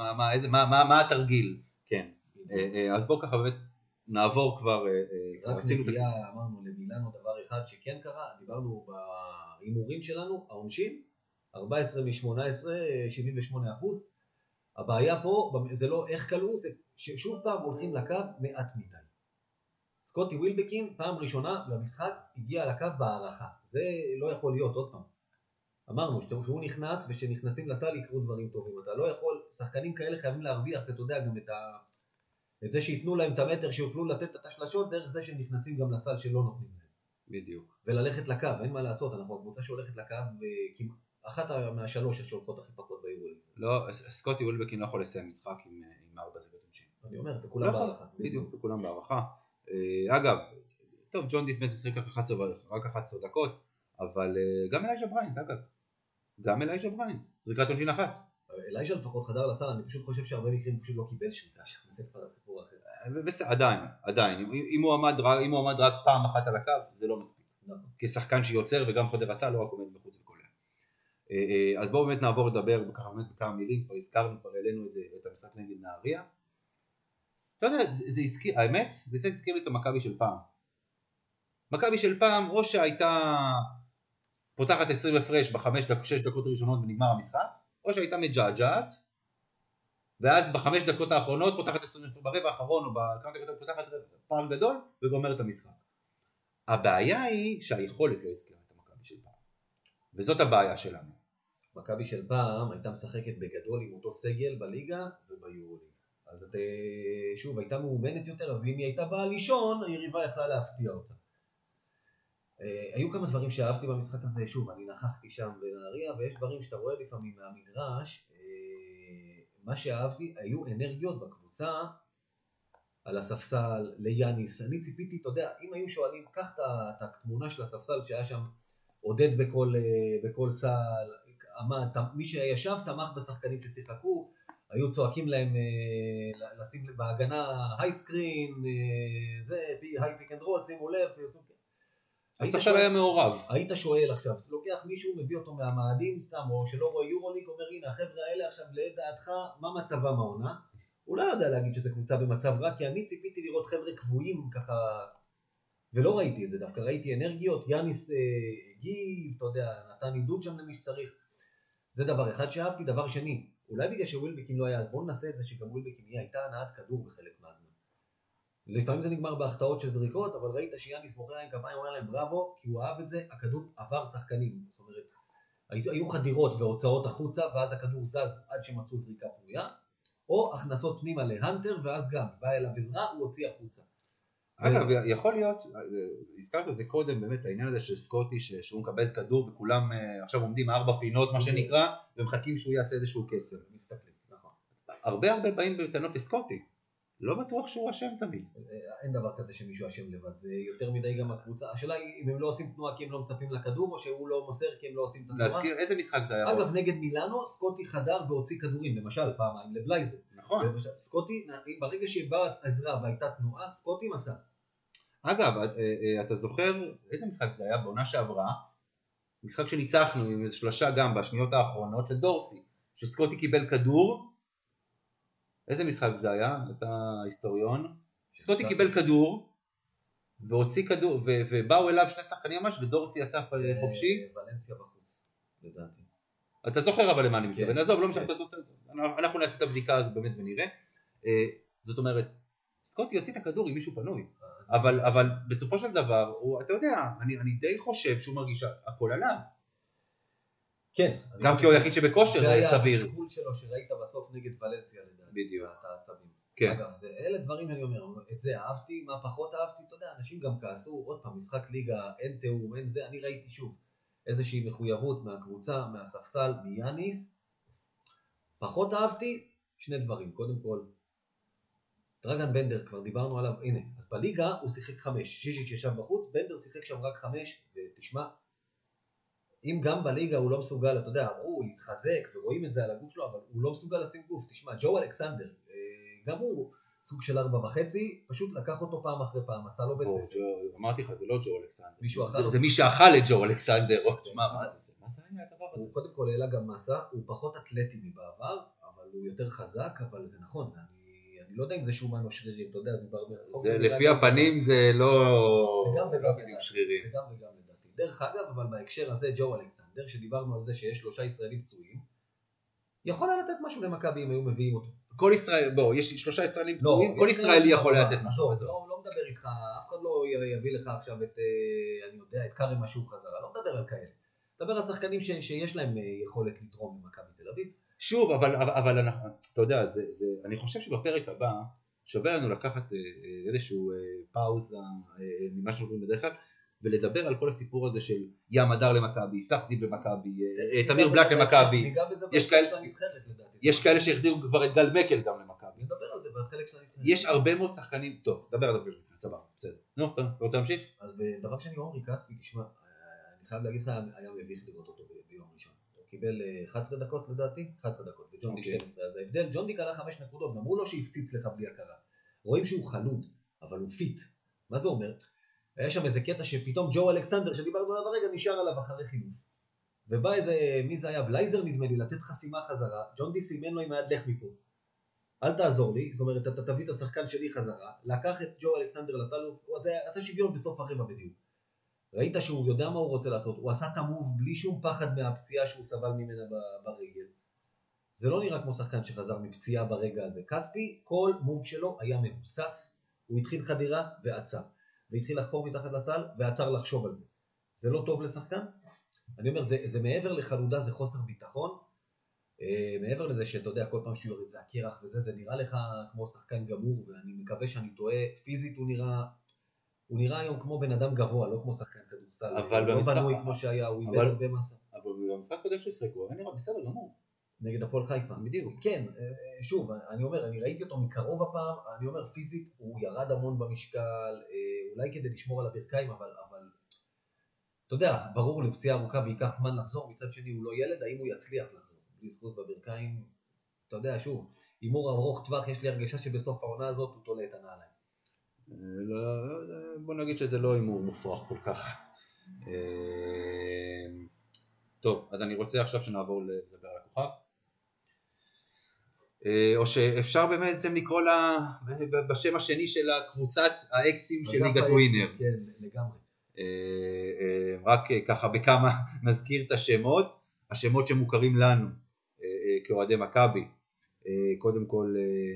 מה התרגיל? כן. אז בואו ככה באמת נעבור כבר. רק נגיעה, אמרנו למילאנו דבר אחד שכן קרה, דיברנו בהימורים שלנו, העונשין, 14 מ-18, 78%. הבעיה פה, זה לא איך קלעו, זה ששוב פעם הולכים לקו מעט מדי. סקוטי ווילבקין, פעם ראשונה במשחק, הגיע לקו בהערכה. זה לא יכול להיות, עוד פעם. אמרנו שהוא נכנס, ושנכנסים לסל יקרו דברים טובים. אתה לא יכול, שחקנים כאלה חייבים להרוויח, אתה יודע גם את זה שיתנו להם את המטר, שיוכלו לתת את השלשות, דרך זה שהם נכנסים גם לסל שלא נותנים להם. בדיוק. וללכת לקו, אין מה לעשות, אנחנו הקבוצה שהולכת לקו, אחת מהשלוש שהולכות הכי פחות ביורוליג. לא, סקוטי ווילבקין לא יכול לסיים משחק עם 4 זוויות עונשין. אני אומר, וכולם בהערכה. בדיוק, וכולם בהערכה. אגב, טוב, ג'ון דיסמנט משחק רק 11 דקות, אבל גם אלייג'ה בריינט, אגב. גם אלייג'ה בריינט, זריקת עונשין אחת. אלייג'ה לפחות חדר לסל, אני פשוט חושב שהרבה מקרים הוא פשוט לא קיבל שריקה שם, זה כבר הסיפור אחר. עדיין. אם הוא עמד רק פעם אחת על הקו, זה לא מספיק. כשחקן שיוצר וגם חודר הסל, לא רק עומד בחוץ וקולע. אז בואו באמת נעבור לדבר בכמה מילים, כבר הזכרנו, כבר העלינו את המשחק נגד נהריה. אתה יודע, זה הזכיר, האמת, זה קצת הזכיר לי את המכבי של פעם. מכבי של פעם, או שהייתה פותחת 20 הפרש ב6 דקות הראשונות ונגמר המשחק, או שהייתה מג'עג'עת, ואז בחמש דקות האחרונות פותחת 20 הפרש, ברבע האחרון או בכמה דקות פותחת פער גדול וגומר את המשחק. הבעיה היא שהיכולת לא הזכירה את המכבי של פעם. וזאת הבעיה שלנו. מכבי של פעם הייתה משחקת בגדול עם אותו סגל בליגה וביורוליג. אז את, שוב, הייתה מאומנת יותר, אז אם היא הייתה באה לישון, היריבה יכלה להפתיע אותה. היו כמה דברים שאהבתי במשחק הזה, שוב, אני נכחתי שם בנהריה, ויש דברים שאתה רואה לפעמים מהמגרש, מה שאהבתי, היו אנרגיות בקבוצה, על הספסל, ליאניס. אני ציפיתי, אתה יודע, אם היו שואלים, קח את התמונה של הספסל שהיה שם, עודד בכל סל, מי שישב תמך בשחקנים ששיחקו, היו צועקים להם לשים בהגנה היי סקרין, זה, היי פיק אנד רול, שימו לב. הספסל היה מעורב. היית שואל עכשיו, לוקח מישהו, מביא אותו מהמאדים סתם, או שלא רואה יורוליג, אומר הנה החבר'ה האלה עכשיו לדעתך, מה מצבם העונה? הוא לא יודע להגיד שזה קבוצה במצב רע, כי אני ציפיתי לראות חבר'ה קבועים ככה, ולא ראיתי את זה, דווקא ראיתי אנרגיות, יאניס הגיב, אתה יודע, נתן עידוד שם למי שצריך. זה דבר אחד שאהבתי. דבר שני, אולי בגלל שווילבקין לא היה, אז בואו ננסה את זה שגם ווילבקין הייתה הנעת כדור בחלק מהזמן. לפעמים זה נגמר בהחטאות של זריקות, אבל ראית שיאניס מוכר להם כפיים, הוא היה להם בראבו, כי הוא אהב את זה, הכדור עבר שחקנים. זאת אומרת, היו חדירות והוצאות החוצה, ואז הכדור זז עד שמצאו זריקה פנויה, או הכנסות פנימה להנטר, ואז גם בא אליו עזרה, הוא הוציא החוצה. אגב, יכול להיות, הזכרת את זה קודם, באמת העניין הזה של סקוטי, שהוא מקבל את כדור וכולם עכשיו עומדים 4 פינות, מה שנקרא, ומחכים שהוא יעשה איזשהו קסם. מסתכלים, נכון. הרבה באים בטענות לסקוטי. לא בטוח שהוא אשם תמיד. אין דבר כזה שמישהו אשם לבד, זה יותר מדי גם הקבוצה. השאלה היא אם הם לא עושים תנועה כי הם לא מצפים לכדור, או שהוא לא מוסר כי הם לא עושים את התנועה. להזכיר איזה משחק זה היה? אגב, נגד מילאנו, סקוטי חדר והוציא כדורים, למשל פעמיים לבלייזר. נכון. סקוטי, ברגע שבאה עזרה והייתה תנועה, סקוטי מסע. אגב, אתה זוכר איזה משחק זה היה בעונה שעברה? משחק שניצחנו עם 3 גם בשניות האחרונות של דורסי, שסקוטי קיבל כדור. איזה משחק זה היה? אתה היסטוריון. סקוטי קיבל כדור, והוציא כדור, ובאו אליו 2 שחקנים ממש, ודורסי יצא חופשי. ולנסיה בחוץ, לדעתי. אתה זוכר אבל למה אני מתכוון. עזוב, לא משנה, אנחנו נעשה את הבדיקה הזו באמת ונראה. זאת אומרת, סקוטי יוציא את הכדור עם מישהו פנוי. אבל בסופו של דבר, אתה יודע, אני די חושב שהוא מרגיש הכל עליו. כן. גם כי הוא היחיד שבכושר, זה סביר. זה היה התסכול שלו שראית בסוף נגד ולנסיה לדעתי. בדיוק. את העצבים. כן. אגב, אלה דברים אני אומר, את זה אהבתי, מה פחות אהבתי, אתה יודע, אנשים גם כעסו, עוד פעם, משחק ליגה, אין תיאום, אין זה, אני ראיתי שוב איזושהי מחויבות מהקבוצה, מהספסל, מיאניס. פחות אהבתי, 2 דברים, קודם כל, דרגן בנדר, כבר דיברנו עליו, הנה, אז בליגה הוא שיחק 5, שישיץ' ישב בחוץ, בנדר שיחק שם רק 5, ותשמע, אם גם בליגה הוא לא מסוגל, אתה יודע, הוא יתחזק ורואים את זה על הגוף שלו, אבל הוא לא מסוגל לשים גוף. תשמע, ג'ו אלכסנדר, גם הוא סוג של 4.5, פשוט לקח אותו פעם אחרי פעם, עשה לו בית ספר. אמרתי לך, זה לא ג'ו אלכסנדר. זה זה מי שאכל את ג'ו אלכסנדר. מה זה היה הדבר הזה? הוא קודם כל העלה גם מסע, הוא פחות אתלטי מבעבר, אבל הוא יותר חזק, אבל זה נכון, אני לא יודע אם זה שומן או שרירים, אתה יודע, לפי הפנים זה לא בדיוק שרירים. זה גם וגם לדעתי. דרך אגב, אבל בהקשר הזה, ג'ו אלכסנדר, שדיברנו על זה שיש 3 ישראלים פצועים, יכול לתת משהו למכבי אם היו מביאים אותו. כל ישראל, בוא, יש 3 ישראלים פצועים, כל ישראלי יכול לתת משהו. לא מדבר איתך, אף אחד לא יביא לך עכשיו את, אני יודע, את קארם משהו חזרה, לא מדבר על כאלה. מדבר על שחקנים שיש להם יכולת לתרום ממכבי תל אביב. שוב, אבל אתה יודע, אני חושב שבפרק הבא שווה לנו לקחת איזשהו פאוזה ממה שאנחנו רואים בדרך כלל, ולדבר על כל הסיפור הזה של ים הדר למכבי, יפתח זיו למכבי, תמיר בלק למכבי. יש כאלה שהחזירו כבר את גל מקל גם למכבי. נדבר על זה בחלק של הנבחרת. יש הרבה מאוד שחקנים, טוב, דבר על זה בחלק, סבבה, בסדר. נו, אתה רוצה להמשיך? אז דבר שני, עומרי כספי, תשמע, אני חייב להגיד לך, היה מביך לראות אותו ביום ראשון. הוא קיבל 11 דקות לדעתי, 11 דקות, וג'ונדי 12, אז ההבדל, ג'ונדי קלה 5 נקודות, גם הוא לא שהפציץ לך בלי הכרה. רואים שהוא חלוד, אבל הוא פיט. מה זה אומר? היה שם איזה קטע שפתאום ג'ו אלכסנדר, שדיברנו עליו הרגע, נשאר עליו אחרי חילוף. ובא איזה, מי זה היה? בלייזר נדמה לי, לתת חסימה חזרה, ג'ון די סימן לו עם היד, לך מפה. אל תעזור לי, זאת אומרת, אתה תביא את השחקן שלי חזרה, לקח את ג'ו אלכסנדר לסל, הוא עשה שוויון בסוף הרבע בדיוק. ראית שהוא יודע מה הוא רוצה לעשות, הוא עשה את המוב בלי שום פחד מהפציעה שהוא סבל ממנה ברגל. זה לא נראה כמו שחקן שחזר מפציעה ברגע הזה. כספי, כל מוב שלו היה מבוסס, הוא התחיל חדירה ועצר, והתחיל לחפור מתחת לסל ועצר לחשוב על זה. זה לא טוב לשחקן? אני אומר, זה מעבר לחלודה, זה חוסר ביטחון, מעבר לזה שאתה יודע, כל פעם שהוא יורד זה הקרח וזה, זה נראה לך כמו שחקן גמור, ואני מקווה שאני טועה, פיזית הוא נראה היום כמו בן אדם גבוה, לא כמו שחקן כדורסל, לא בנוי כמו שהיה, הוא איבד הרבה מסה. אבל במשחק קודם שהשחקו, הוא נראה בסדר גמור. נגד הפועל חיפה. בדיוק. כן, שוב, אני אומר, אני ראיתי אותו מקרוב הפעם, אני אומר, פיזית הוא ירד המון במשקל, אולי כדי לשמור על הברכיים, אבל אתה יודע, ברור לפציעה ארוכה ויקח זמן לחזור, מצד שני הוא לא ילד, האם הוא יצליח לחזור? בלי זכות בברכיים, אתה יודע, שוב, הימור ארוך טווח, יש לי הרגשה שבסוף העונה הזאת הוא תולה את הנעליים. בוא נגיד שזה לא הימור מופרך כל כך. טוב, אז אני רוצה עכשיו שנעבור לדבר על הכוכב. או שאפשר באמת לקרוא לה בשם השני של הקבוצת האקסים של ליגת ווינר. כן, לגמרי. רק ככה בכמה נזכיר את השמות שמוכרים לנו כאוהדי מכבי. קודם כל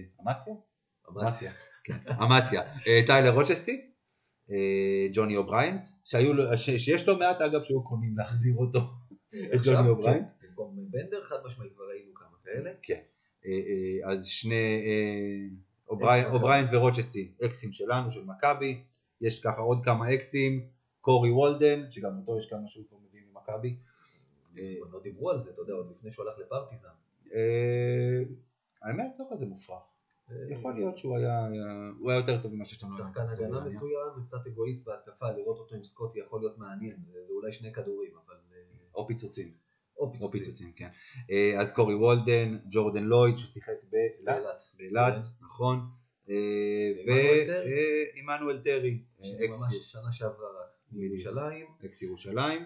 אמציה, טיילר רוצ'סטי, ג'וני אובריינט, שיש לו מעט אגב שהוא קונים להחזיר אותו, את ג'וני אובריינט. במקום בנדר חד משמעית כבר ראינו כמה כאלה. כן, אז שני אובריינט ורוצ'סטי, אקסים שלנו, של מכבי. יש ככה עוד כמה אקסים, קורי וולדן, שגם אותו יש כמה שהוא כבר מביאים ממכבי. לא דיברו על זה, אתה יודע, עוד לפני שהוא הלך לפרטיזן. האמת לא כזה מופרך. יכול להיות שהוא היה יותר טוב ממה שיש לנו. שחקן הגנה מצוין, קצת אגואיסט בהתקפה, לראות אותו עם סקוטי יכול להיות מעניין, זה אולי שני כדורים, אבל... או פיצוצים, כן. אז קורי וולדן, ג'ורדן לויד ששיחק באילת, נכון. ואימנואל טרי, ממש שנה שעברה מירושלים. אקס ירושלים.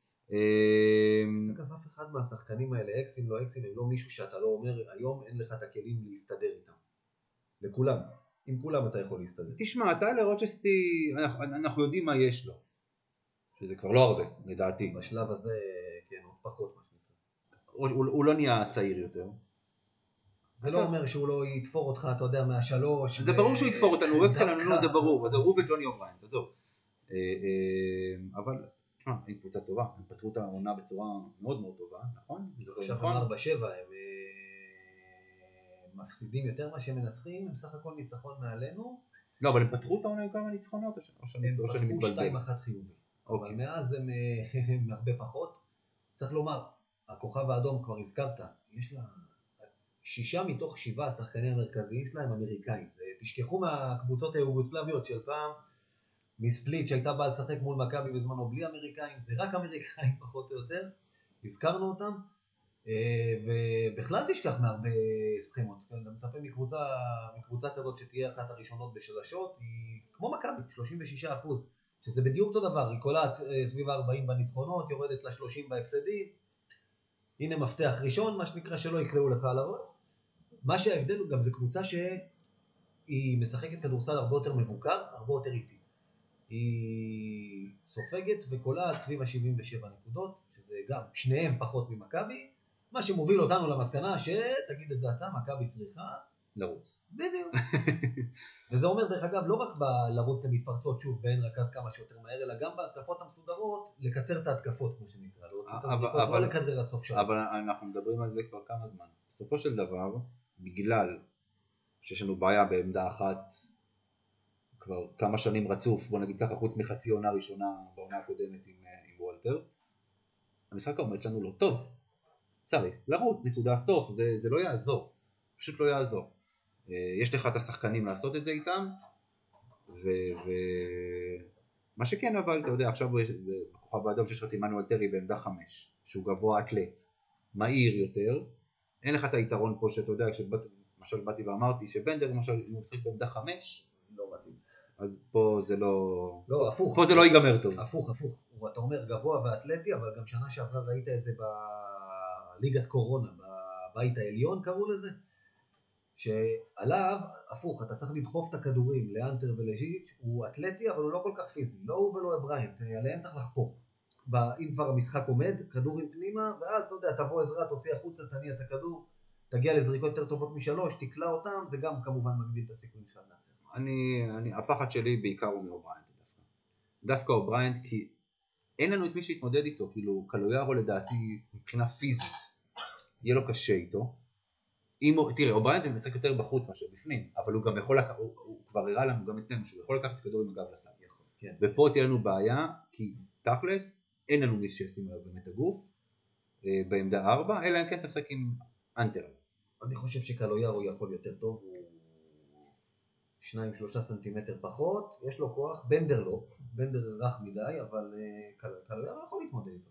אגב, אף אחד מהשחקנים האלה, אקסים, לא אקסים, הם לא מישהו שאתה לא אומר, היום אין לך את הכלים להסתדר איתם. לכולם. עם כולם אתה יכול להסתדר. תשמע, טיילר רוצ'סטי, אנחנו יודעים מה יש לו. שזה כבר לא הרבה, לדעתי. בשלב הזה, כן, עוד פחות מה שנקרא. הוא לא נהיה צעיר יותר. זה לא אומר שהוא לא יתפור אותך, אתה יודע, מהשלוש. זה ברור שהוא יתפור אותנו, הוא אקסל לנו, זה ברור. אז הוא וג'וני אובריינט, עזוב. אבל... הם קבוצה טובה, הם פתרו את העונה בצורה מאוד מאוד טובה, נכון? עכשיו הם 4-7, הם מפסידים יותר מה שהם מנצחים, הם סך הכל ניצחון מעלינו. לא, אבל הם פתרו את העונה עם כמה ניצחונות, או שאני מתבלבל? הם פתחו 2-1 חיובי, אבל מאז הם הרבה פחות. צריך לומר, הכוכב האדום כבר הזכרת, יש לה 6 מתוך 7 השחקנים המרכזיים שלהם אמריקאים. תשכחו מהקבוצות היוגוסלביות של פעם, מספליט שהייתה באה לשחק מול מכבי בזמנו בלי אמריקאים, זה רק אמריקאים פחות או יותר, הזכרנו אותם, ובכלל תשכח מהרבה סכימות, אתה מצפה מקבוצה כזאת שתהיה אחת הראשונות בשלשות, היא כמו מכבי, 36%, שזה בדיוק אותו דבר, היא קולעת סביב 40 בניצחונות, יורדת ל-30 בהפסדים, הנה מפתח ראשון, מה שנקרא שלא יקראו לך על הראש, מה שההבדל הוא גם זה קבוצה שהיא משחקת כדורסל הרבה יותר מבוקר, הרבה יותר איטי. היא סופגת וקולעת סביב ה-77 נקודות, שזה גם שניהם פחות ממכבי, מה שמוביל אותנו למסקנה שתגיד את זה אתה, מכבי צריכה לרוץ. בדיוק. וזה אומר דרך אגב לא רק לרוץ למתפרצות שוב בין רכז כמה שיותר מהר, אלא גם בהתקפות המסודרות לקצר את ההתקפות כמו שנקרא, להוציא את הזריקות, לא לכדרר עד סוף שעה. אבל אנחנו מדברים על זה כבר כמה זמן. בסופו של דבר, בגלל שיש לנו בעיה בעמדה אחת, כבר כמה שנים רצוף, בוא נגיד ככה, חוץ מחצי עונה ראשונה בעונה הקודמת עם וולטר, המשחק העומד שלנו לא טוב. צריך לרוץ, נקודה סוף, זה לא יעזור, פשוט לא יעזור. יש לך את השחקנים לעשות את זה איתם, ומה שכן אבל, אתה יודע, עכשיו בכוכב האדום שיש לך את אימנואל טרי בעמדה 5, שהוא גבוה אתלט, מהיר יותר, אין לך את היתרון פה שאתה יודע, כשלמשל באתי ואמרתי שבנדר למשל אם הוא משחק בעמדה 5, לא מתאים. אז פה זה לא... לא, הפוך. פה זה לא ייגמר טוב. הפוך. אתה אומר גבוה ואתלטי, אבל גם שנה שעברה ראית את זה בליגת קורונה, בבית העליון קראו לזה, שעליו, הפוך, אתה צריך לדחוף את הכדורים לאנטר ולז'יץ', הוא אתלטי, אבל הוא לא כל כך פיזי, לא הוא ולא בריינט, עליהם צריך לחפור. אם כבר המשחק עומד, כדורים פנימה, ואז אתה יודע, תבוא עזרה, תוציא החוצה, תניע את הכדור, תגיע לזריקות יותר טובות משלוש, תקלע אותם, זה גם כמובן מגדיל את הסיכויים שלך לנצח. הפחד שלי בעיקר הוא מאובריינט דווקא אובריינט, כי אין לנו את מי שהתמודד איתו, כאילו קלויארו לדעתי מבחינה פיזית יהיה לו קשה איתו. תראה, אובריינט משחק יותר בחוץ מאשר בפנים, אבל הוא גם יכול, הוא כבר הראה לנו גם אצלנו שהוא יכול לקחת כדור עם הגב לסל. כן. ופה תהיה לנו בעיה, כי תכלס אין לנו מי שישים עליו באמת הגוף בעמדה 4, אלא אם כן תפסק עם אנטר. אני חושב שקלויארו יכול יותר טוב, הוא 2-3 סנטימטר פחות, יש לו כוח, בנדר לא, בנדר רך מדי, אבל קלויארו יכול להתמודד איתו.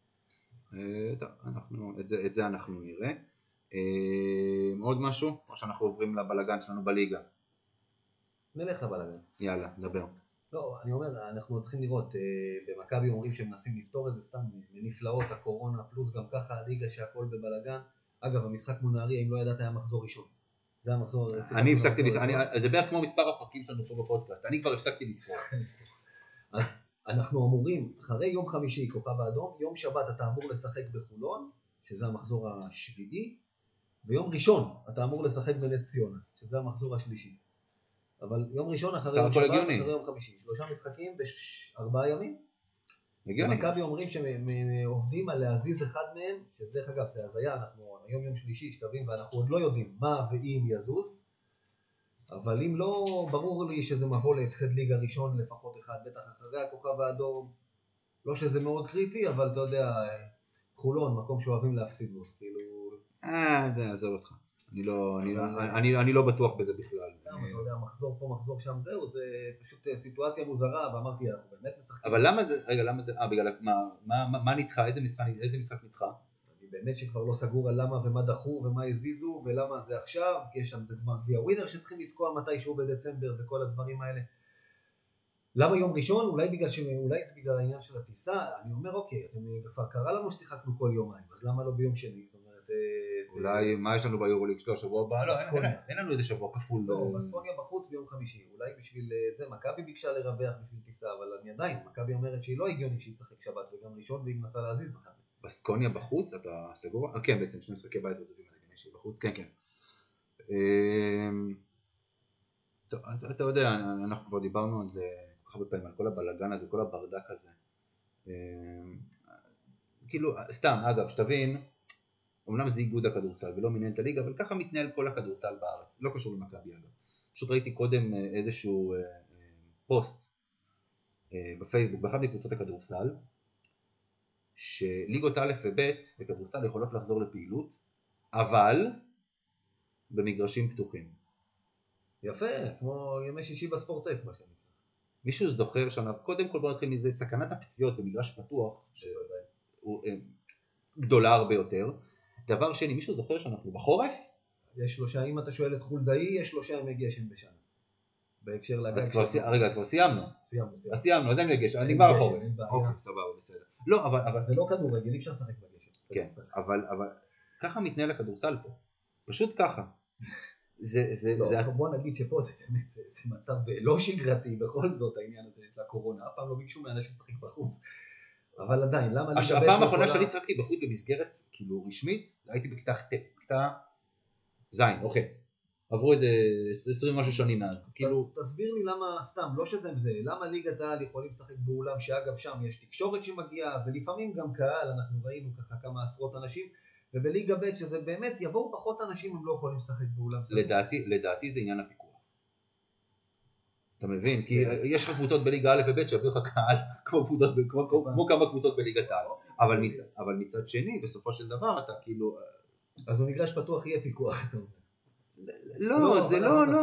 את זה אנחנו נראה. עוד משהו? או שאנחנו עוברים לבלגן שלנו בליגה? נלך לבלגן. יאללה, דבר. לא, אני אומר, אנחנו צריכים לראות, במכבי אומרים שהם מנסים לפתור את זה סתם מנפלאות הקורונה, פלוס גם ככה הליגה שהכל בבלגן. אגב, המשחק מול נהריה, אם לא ידעת, היה מחזור ראשון. זה המחזור... אני הפסקתי, זה בערך כמו מספר הפרקים שלנו פה בפודקאסט, אני כבר הפסקתי לספור. אז אנחנו אמורים, אחרי יום חמישי, כוכב האדום, יום שבת אתה אמור לשחק בחולון, שזה המחזור השביעי, ויום ראשון אתה אמור לשחק בנס ציונה, שזה המחזור השלישי. אבל יום ראשון אחרי יום שבת, אחרי יום חמישי. 3 משחקים ב4 ימים. מכבי אומרים שהם עובדים על להזיז אחד מהם, שדרך אגב זה הזיה, אנחנו היום יום שלישי שתבין, ואנחנו עוד לא יודעים מה ואם יזוז, אבל אם לא, ברור לי שזה מבוא להפסד ליגה ראשון לפחות אחד, בטח אחרי הכוכב האדום, לא שזה מאוד קריטי, אבל אתה יודע, חולון, מקום שאוהבים להפסיד בו, כאילו... זה עזוב אותך. אני לא בטוח בזה בכלל. סתם, אתה יודע, מחזור פה, מחזור שם, זהו, זה פשוט סיטואציה מוזרה, ואמרתי, אנחנו באמת משחקים. אבל למה זה, רגע, למה זה, בגלל, מה נדחה, איזה משחק נדחה? אני באמת שכבר לא סגור על למה ומה דחו ומה הזיזו, ולמה זה עכשיו, כי יש שם כבר גביע ווינר שצריכים לתקוע מתישהו בדצמבר וכל הדברים האלה. למה יום ראשון? אולי זה בגלל העניין של הטיסה, אני אומר, אוקיי, אתם כבר קרה לנו ששיחקנו כל יומיים, אז למה לא ביום שני? זאת אומרת, אולי, מה יש לנו ביורוליג שלו שבוע הבא? לא, אין לנו איזה שבוע כפול. לא, בסקוניה בחוץ ביום חמישי, אולי בשביל זה, מכבי ביקשה לרווח בשביל טיסה, אבל אני עדיין, מכבי אומרת שהיא לא הגיוני שהיא תשחק שבת וגם ראשון, והיא מנסה להזיז מכבי. בסקוניה בחוץ, אתה סגור? כן, בעצם שני משחקי בית רצופים הגיוני שהיא בחוץ, כן. אתה יודע, אנחנו כבר דיברנו על זה כל כך הרבה פעמים, על כל הבלגן הזה, כל הברדק הזה. כאילו, סתם, אגב, שתבין, אמנם זה איגוד הכדורסל ולא מנהלת הליגה, אבל ככה מתנהל כל הכדורסל בארץ, לא קשור למכבי אגב. פשוט ראיתי קודם איזשהו פוסט בפייסבוק, באחד מקבוצות הכדורסל, שליגות א' וב' בכדורסל יכולות לחזור לפעילות, אבל במגרשים פתוחים. יפה, כמו ימי שישי בספורטק, מה שנקרא. מישהו זוכר שנה, קודם כל בוא נתחיל מזה, סכנת הפציעות במגרש פתוח, שהוא גדולה הרבה יותר. דבר שני, מישהו זוכר שאנחנו בחורף? יש 3, אם אתה שואל את חולדאי, יש 3 ימי גשם בשנה. בהקשר לגג שלנו. רגע, אז כבר סיימנו. סיימנו, אז אין גשם, נגמר החורף. אוקיי, סבבה, בסדר. לא, אבל... זה לא כדורגל, אי אפשר לשחק בגשם. כן, אבל ככה מתנהל הכדורסל פה. פשוט ככה. בוא נגיד שפה זה באמת, זה מצב לא שגרתי, בכל זאת העניין הזה של הקורונה, אף פעם לא ביקשו מאנשים לשחק בחוץ. אבל עדיין, למה... הפעם האחרונה שאני שחקתי בחוץ במסגרת כאילו רשמית, הייתי בכיתה זין או ח'. עברו איזה 20 משהו שנים מאז. תסביר לי למה, סתם, לא שזה זה, למה ליגת העל יכולים לשחק באולם שאגב שם יש תקשורת שמגיעה, ולפעמים גם קהל, אנחנו ראינו ככה כמה עשרות אנשים, ובליגה ב' שזה באמת יבואו פחות אנשים הם לא יכולים לשחק באולם. לדעתי זה עניין הפיקוח. אתה מבין? כי יש לך קבוצות בליגה א' וב' שיביאו לך קהל כמו כמה קבוצות בליגת העל. אבל מצד שני, בסופו של דבר אתה כאילו... אז במגרש פתוח יהיה פיקוח, אתה אומר. לא, זה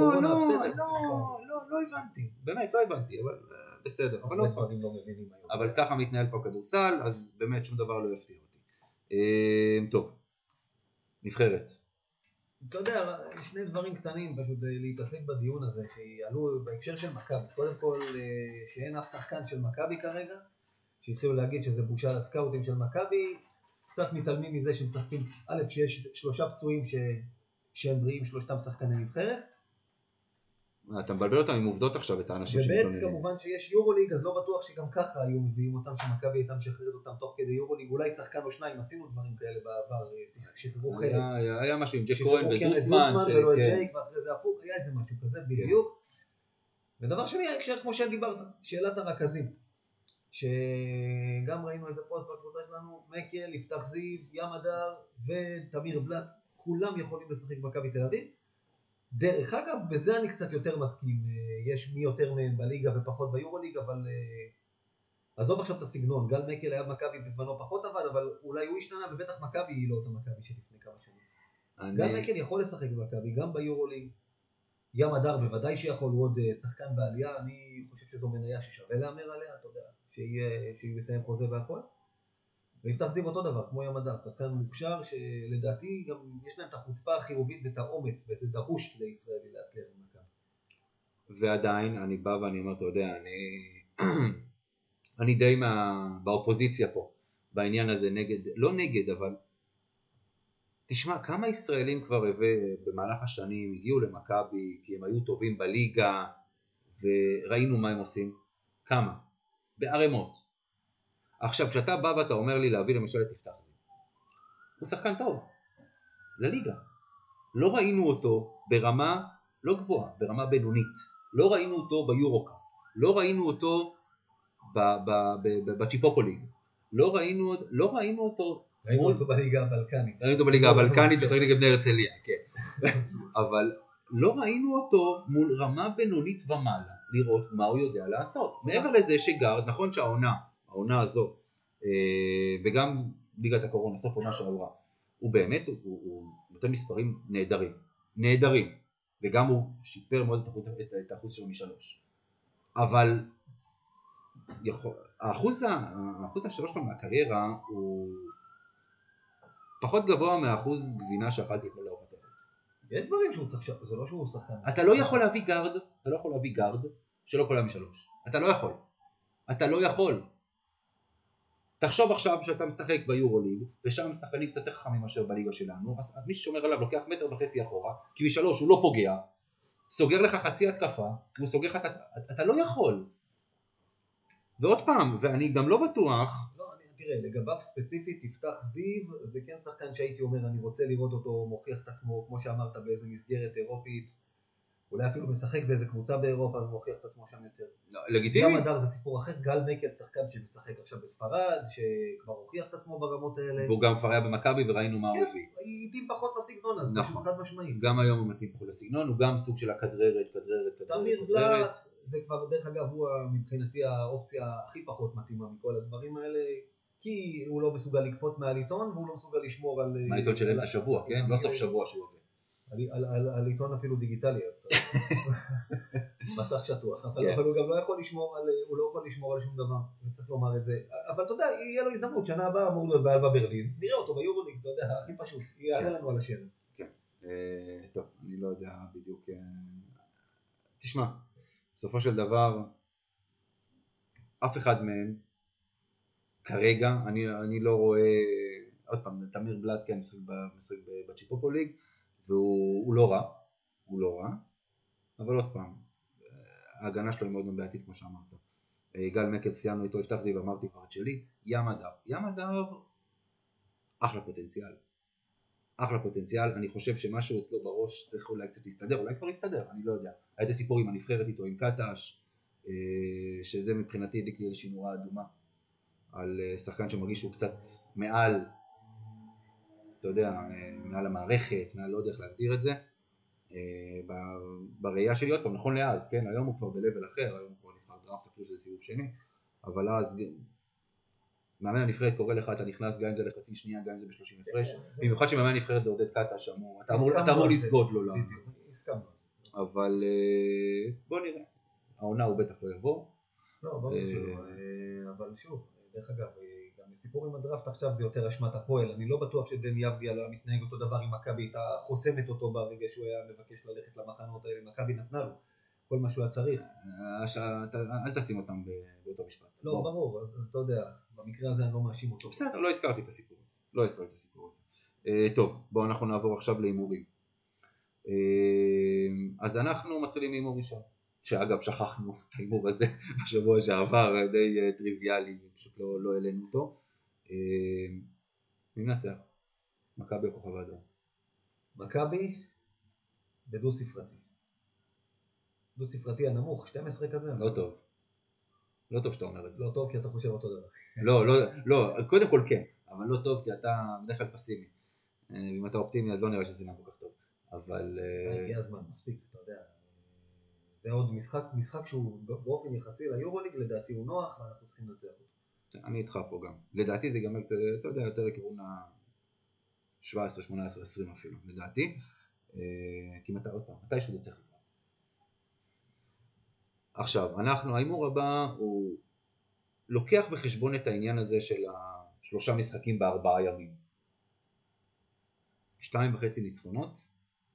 לא הבנתי. באמת לא הבנתי, אבל בסדר. אבל ככה מתנהל פה כדורסל, אז באמת שום דבר לא יפתיע אותי. טוב, נבחרת. אתה יודע, שני דברים קטנים פשוט להתעסק בדיון הזה, שיעלו בהקשר של מכבי. קודם כל, שאין אף שחקן של מכבי כרגע, שהתחילו להגיד שזה בושה לסקאוטים של מכבי, קצת מתעלמים מזה שמשחקים, א', שיש 3 פצועים שהם בריאים, 3 שחקני נבחרת. אתה מבלבל אותם עם עובדות עכשיו, את האנשים וב' כמובן שיש יורוליג, אז לא בטוח שגם ככה היו מביאים אותם, שמכבי הייתה משחררת אותם תוך כדי יורוליג, אולי שחקן או 2, עשינו דברים כאלה בעבר, שחררו חלק. היה משהו עם ג'ק כהן וזוסמן. ולא את ג'ייק, ואחרי זה הפוך, היה איזה משהו כזה, בדיוק. ודבר שני, ההקשר כמו שדיברת, שאלת הרכזים. שגם ראינו איזה פוסט בקבוצה שלנו, מקל, יפתח זיו, ים הדר ותמיר בלט, כולם יכולים לשחק במכבי תל אביב. דרך אגב, בזה אני קצת יותר מסכים, יש מי יותר מהם בליגה ופחות ביורוליג, אבל עזוב עכשיו את הסגנון, גל מקל היה במכבי בזמנו פחות עבד, אבל אולי הוא השתנה, ובטח מכבי היא לא אותה מכבי שלפני כמה שנים. גל מקל יכול לשחק במכבי, גם ביורוליג, ים הדר בוודאי שיכול, הוא עוד שחקן בעלייה, אני חושב שזו מניה ששווה לאמר עליה, אתה יודע, שהיא מסיים חוזה והכל. ויפתח זיו אותו דבר, כמו ים הדר, שחקן מוכשר שלדעתי גם יש להם את החוצפה החיובית ואת האומץ, וזה דרוש לישראלי להצליח במכבי. ועדיין אני בא ואני אומר, אתה יודע, אני די באופוזיציה פה, בעניין הזה נגד, לא נגד, אבל תשמע, כמה ישראלים כבר במהלך השנים הגיעו למכבי, כי הם היו טובים בליגה, וראינו מה הם עושים, כמה? בערימות. עכשיו, כשאתה בא ואתה אומר לי להביא למשל את יפתח זיו, הוא שחקן טוב, לליגה. לא ראינו אותו ברמה לא גבוהה, ברמה בינונית. לא ראינו אותו ביורוקה. לא ראינו אותו בצ'יפופוליג. לא ראינו אותו... ראינו אותו בליגה הבלקנית. ראינו אותו בליגה הבלקנית ושחק נגד בני הרצליה, כן. אבל לא ראינו אותו מול רמה בינונית ומעלה, לראות מה הוא יודע לעשות. מעבר לזה שגארד, נכון שהעונה הזו, וגם ליגת הקורונה, סוף עונה שעברה, הוא באמת, הוא נותן מספרים נהדרים, וגם הוא שיפר מאוד את האחוז שלו משלוש. אבל האחוז השלוש שלו מהקריירה הוא פחות גבוה מהאחוז גבינה שאכלתי אתמול לארוחת ערב. יש דברים שהוא צריך, זה לא שהוא שחקן. אתה לא יכול להביא גארד שלא קולה משלוש. אתה לא יכול. תחשוב עכשיו שאתה משחק ביורוליג, ושם שחקנים קצת יותר חכמים מאשר בליגה שלנו, אז מי ששומר עליו לוקח 1.5 מטר אחורה, כי משלוש הוא לא פוגע, סוגר לך חצי התקפה, הוא סוגר לך, אתה לא יכול. ועוד פעם, ואני גם לא בטוח... לא, תראה, לגביו ספציפית, יפתח זיו, זה כן שחקן שהייתי אומר, אני רוצה לראות אותו מוכיח את עצמו, כמו שאמרת, באיזה מסגרת אירופית, אולי אפילו משחק באיזה קבוצה באירופה ומוכיח את עצמו שם יותר. לא, לגיטימי. ים הדר זה סיפור אחר, גל מקל שחקן שמשחק עכשיו בספרד, שכבר הוכיח את עצמו ברמות האלה. והוא גם כבר היה במכבי וראינו מה הוא הביא. כן, היא התאים פחות לסגנון, אז נכון. חד משמעית. גם היום הוא מתאים פחות לסגנון, הוא גם סוג של הכדררת. תמיר בלט, זה כבר דרך אגב הוא מבחינתי האופציה הכי פחות מתאימה מכל הדברים האלה, כי הוא לא מסוגל לקפוץ מהעיתון, והוא לא מסוגל לשמור על... מהעיתון של אמצע שבוע, כן? לא סוף שבוע שהוא עובד. על עיתון אפילו דיגיטלי, מסך שטוח, אבל הוא גם לא יכול לשמור על שום דבר, וצריך לומר את זה, אבל אתה יודע, יהיה לו הזדמנות, שנה הבאה אמור להיות באלבה ברלין, נראה אותו ביורוליג, אתה יודע, הכי פשוט, יעלה לנו על השאלה. כן, טוב, אני לא יודע בדיוק, תשמע, בסופו של דבר, אף אחד מהם, כרגע, אני לא רואה, עוד פעם, תמיר בלט כן משחק בצ'יפופוליג, והוא לא רע, אבל עוד פעם, ההגנה שלו היא מאוד מבעייתית כמו שאמרת. גל מקל סיימנו איתו, יפתח זיו, אמרתי כבר את שלי, ים הדר, אחלה פוטנציאל, אני חושב שמשהו אצלו בראש צריך אולי קצת להסתדר, אולי כבר יסתדר, אני לא יודע. הייתה סיפור עם הנבחרת איתו, עם קטש, שזה מבחינתי הדליק לי איזושהי נורה אדומה, על שחקן שמרגיש שהוא קצת מעל, אתה יודע, מעל המערכת, מעל לא יודע איך להגדיר את זה, בראייה שלי עוד פעם, נכון לאז, כן, היום הוא כבר בלבל אחר, היום הוא כבר נבחר דראפט אפילו שזה סיבוב שני, אבל אז מאמן הנבחרת קורא לך, אתה נכנס גם אם זה לחצי שנייה, גם אם זה ב-30 הפרש, במיוחד שמאמן הנבחרת זה עודד קטש, אתה אמור לסגוד לו, אבל בוא נראה, העונה הוא בטח לא יבוא. לא, ברור שלא, אבל שוב, דרך אגב, גם סיפור עם הדראפט עכשיו זה יותר אשמת הפועל, אני לא בטוח שדני אבדיה לא היה מתנהג אותו דבר עם מכבי, הייתה חוסמת אותו ברגע שהוא היה מבקש ללכת למחנות האלה, מכבי נתנה לו כל מה שהוא היה צריך. אל תשים אותם באותו משפט. לא, ברור, אז אתה יודע, במקרה הזה אני לא מאשים אותו. בסדר, לא הזכרתי את הסיפור הזה. טוב, בואו אנחנו נעבור עכשיו להימורים. אז אנחנו מתחילים מהימור ראשון, שאגב שכחנו את ההימור הזה בשבוע שעבר, די טריוויאלי, פשוט לא העלינו אותו. מי מנצח? מכבי או כוכב האדום? מכבי בדו ספרתי. דו ספרתי הנמוך, 12 כזה. לא טוב. לא טוב שאתה אומר את זה. לא טוב כי אתה חושב אותו דבר. לא, קודם כל כן, אבל לא טוב כי אתה בדרך כלל פסימי. אם אתה אופטימי אז לא נראה שזה נראה כל כך טוב. אבל... הגיע הזמן, מספיק, אתה יודע. זה עוד משחק שהוא באופן יחסי ליורוליג, לדעתי הוא נוח, ואנחנו צריכים לנצח אותו. אני איתך פה גם. לדעתי זה ייגמר קצת, אתה יודע, יותר לכיוון ה-17, 18, 20 אפילו, לדעתי. כי עוד פעם, מתישהו זה צריך לקרות. עכשיו, ההימור הבא הוא לוקח בחשבון את העניין הזה של 3 משחקים ב4 ימים. 2.5 ניצחונות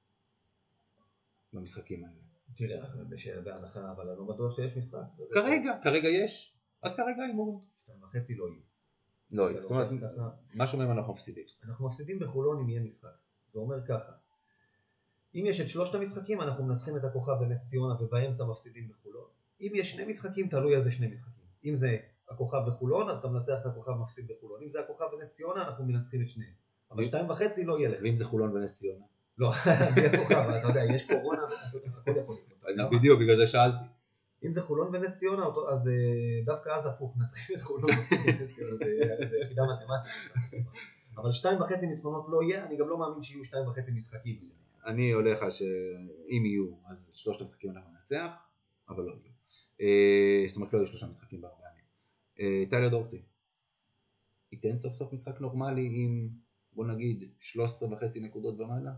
במשחקים האלה. תראה, בהנחה, אבל אני לא בטוח שיש משחק. כרגע יש, אז כרגע הימור. 2.5 לא יהיו. לא יהיו, זאת אומרת, משהו מהם אנחנו מפסידים. אנחנו מפסידים בחולון אם יהיה משחק. זה אומר ככה. אם יש את 3 המשחקים, אנחנו מנצחים את הכוכב ונס ציונה ובאמצע מפסידים בחולון. אם יש 2 משחקים, תלוי איזה 2 משחקים. אם זה הכוכב וחולון, אז אתה מנצח את הכוכב מפסיד בחולון. אם זה הכוכב ונס ציונה, אנחנו מנצחים את שניהם. אבל 2.5 לא יהיה לך. ואם זה חולון ונס ציונה? לא, זה הכוכב, אתה יודע, יש קורונה, הכל יכול לקרות. בדיוק, בגלל זה שאלתי. אם זה חולון ונס ציונה, אז דווקא אז הפוך, נצחים את חולון ונס ציונה, זה יחידה מתמטית. אבל 2.5 ניצחונות לא יהיה, אני גם לא מאמין שיהיו 2.5 משחקים. אני הולך שאם יהיו, אז 3 משחקים אנחנו ננצח, אבל לא יהיו. זאת אומרת, לא יהיו 3 משחקים ב4 ימים. טיילר דורסי, ייתן סוף סוף משחק נורמלי עם, בוא נגיד, 13.5 נקודות ומעלה?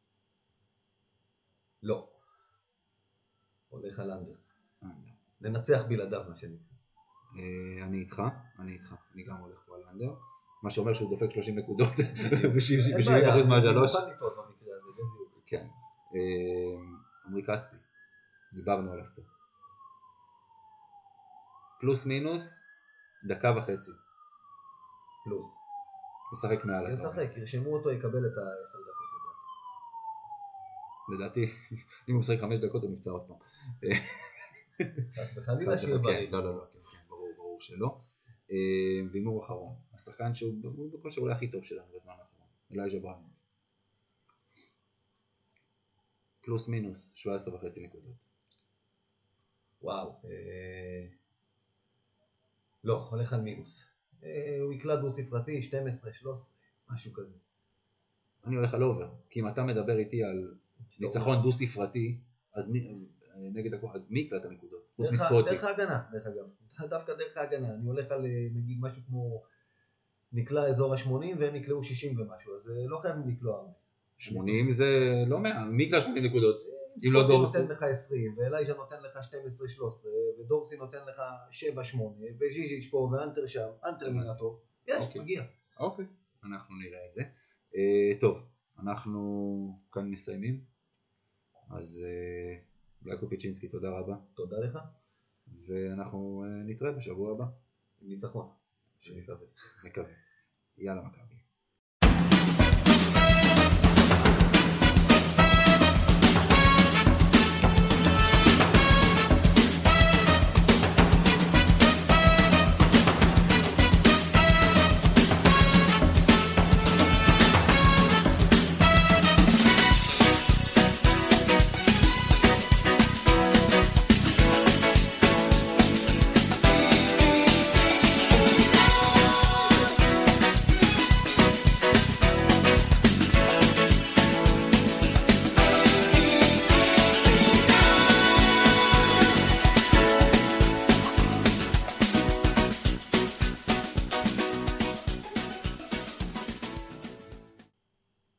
לא. הולך על אנדר. לנצח בלעדיו מה שנקרא. אני איתך, אני גם הולך פה על אנדר. מה שאומר שהוא דופק 30 נקודות ב-70% מהשלוש. כן. עמרי כספי, דיברנו עליו פה. פלוס מינוס, 1.5 דקות. פלוס. תשחק מעל. תשחק, ירשמו אותו, יקבל את ה10 דקות לדעתי. אם הוא משחק 5 דקות הוא נפצע עוד פעם. אז בחלילה שיהיה בריא. לא, ברור שלא. והימור אחרון, השחקן שהוא בכושר אולי הכי טוב שלנו בזמן האחרון, אלייג'ה בריינט. פלוס מינוס 17.5 נקודות. וואו. לא, הולך על מינוס. הוא יקלע דו ספרתי, 12, 13, משהו כזה. אני הולך על אובר, כי אם אתה מדבר איתי על ניצחון דו ספרתי, אז נגד הכוח, אז מי יקלע את הנקודות? חוץ מסקוטי. דרך ההגנה, דווקא דרך ההגנה. אני הולך על נגיד משהו כמו נקלע אזור ה-80 והם נקלעו 60 ומשהו, אז לא חייבים לקלוע. 80 זה לא מעט, מי יקלע 80 נקודות? אם לא דורסי. סקוטי נותן לך 20, ואלייג'ה נותן לך 12-13, ודורסי נותן לך 7-8, וז'יז'יץ' פה ואנטר שם, אנטר מינטו, יש, מגיע. אוקיי, אנחנו נראה את זה. טוב, אנחנו כאן מסיימים, אז יעקב פיצ'ינסקי, תודה רבה. תודה לך. ואנחנו נתראה בשבוע הבא. ניצחון. מקווה. יאללה מכבי.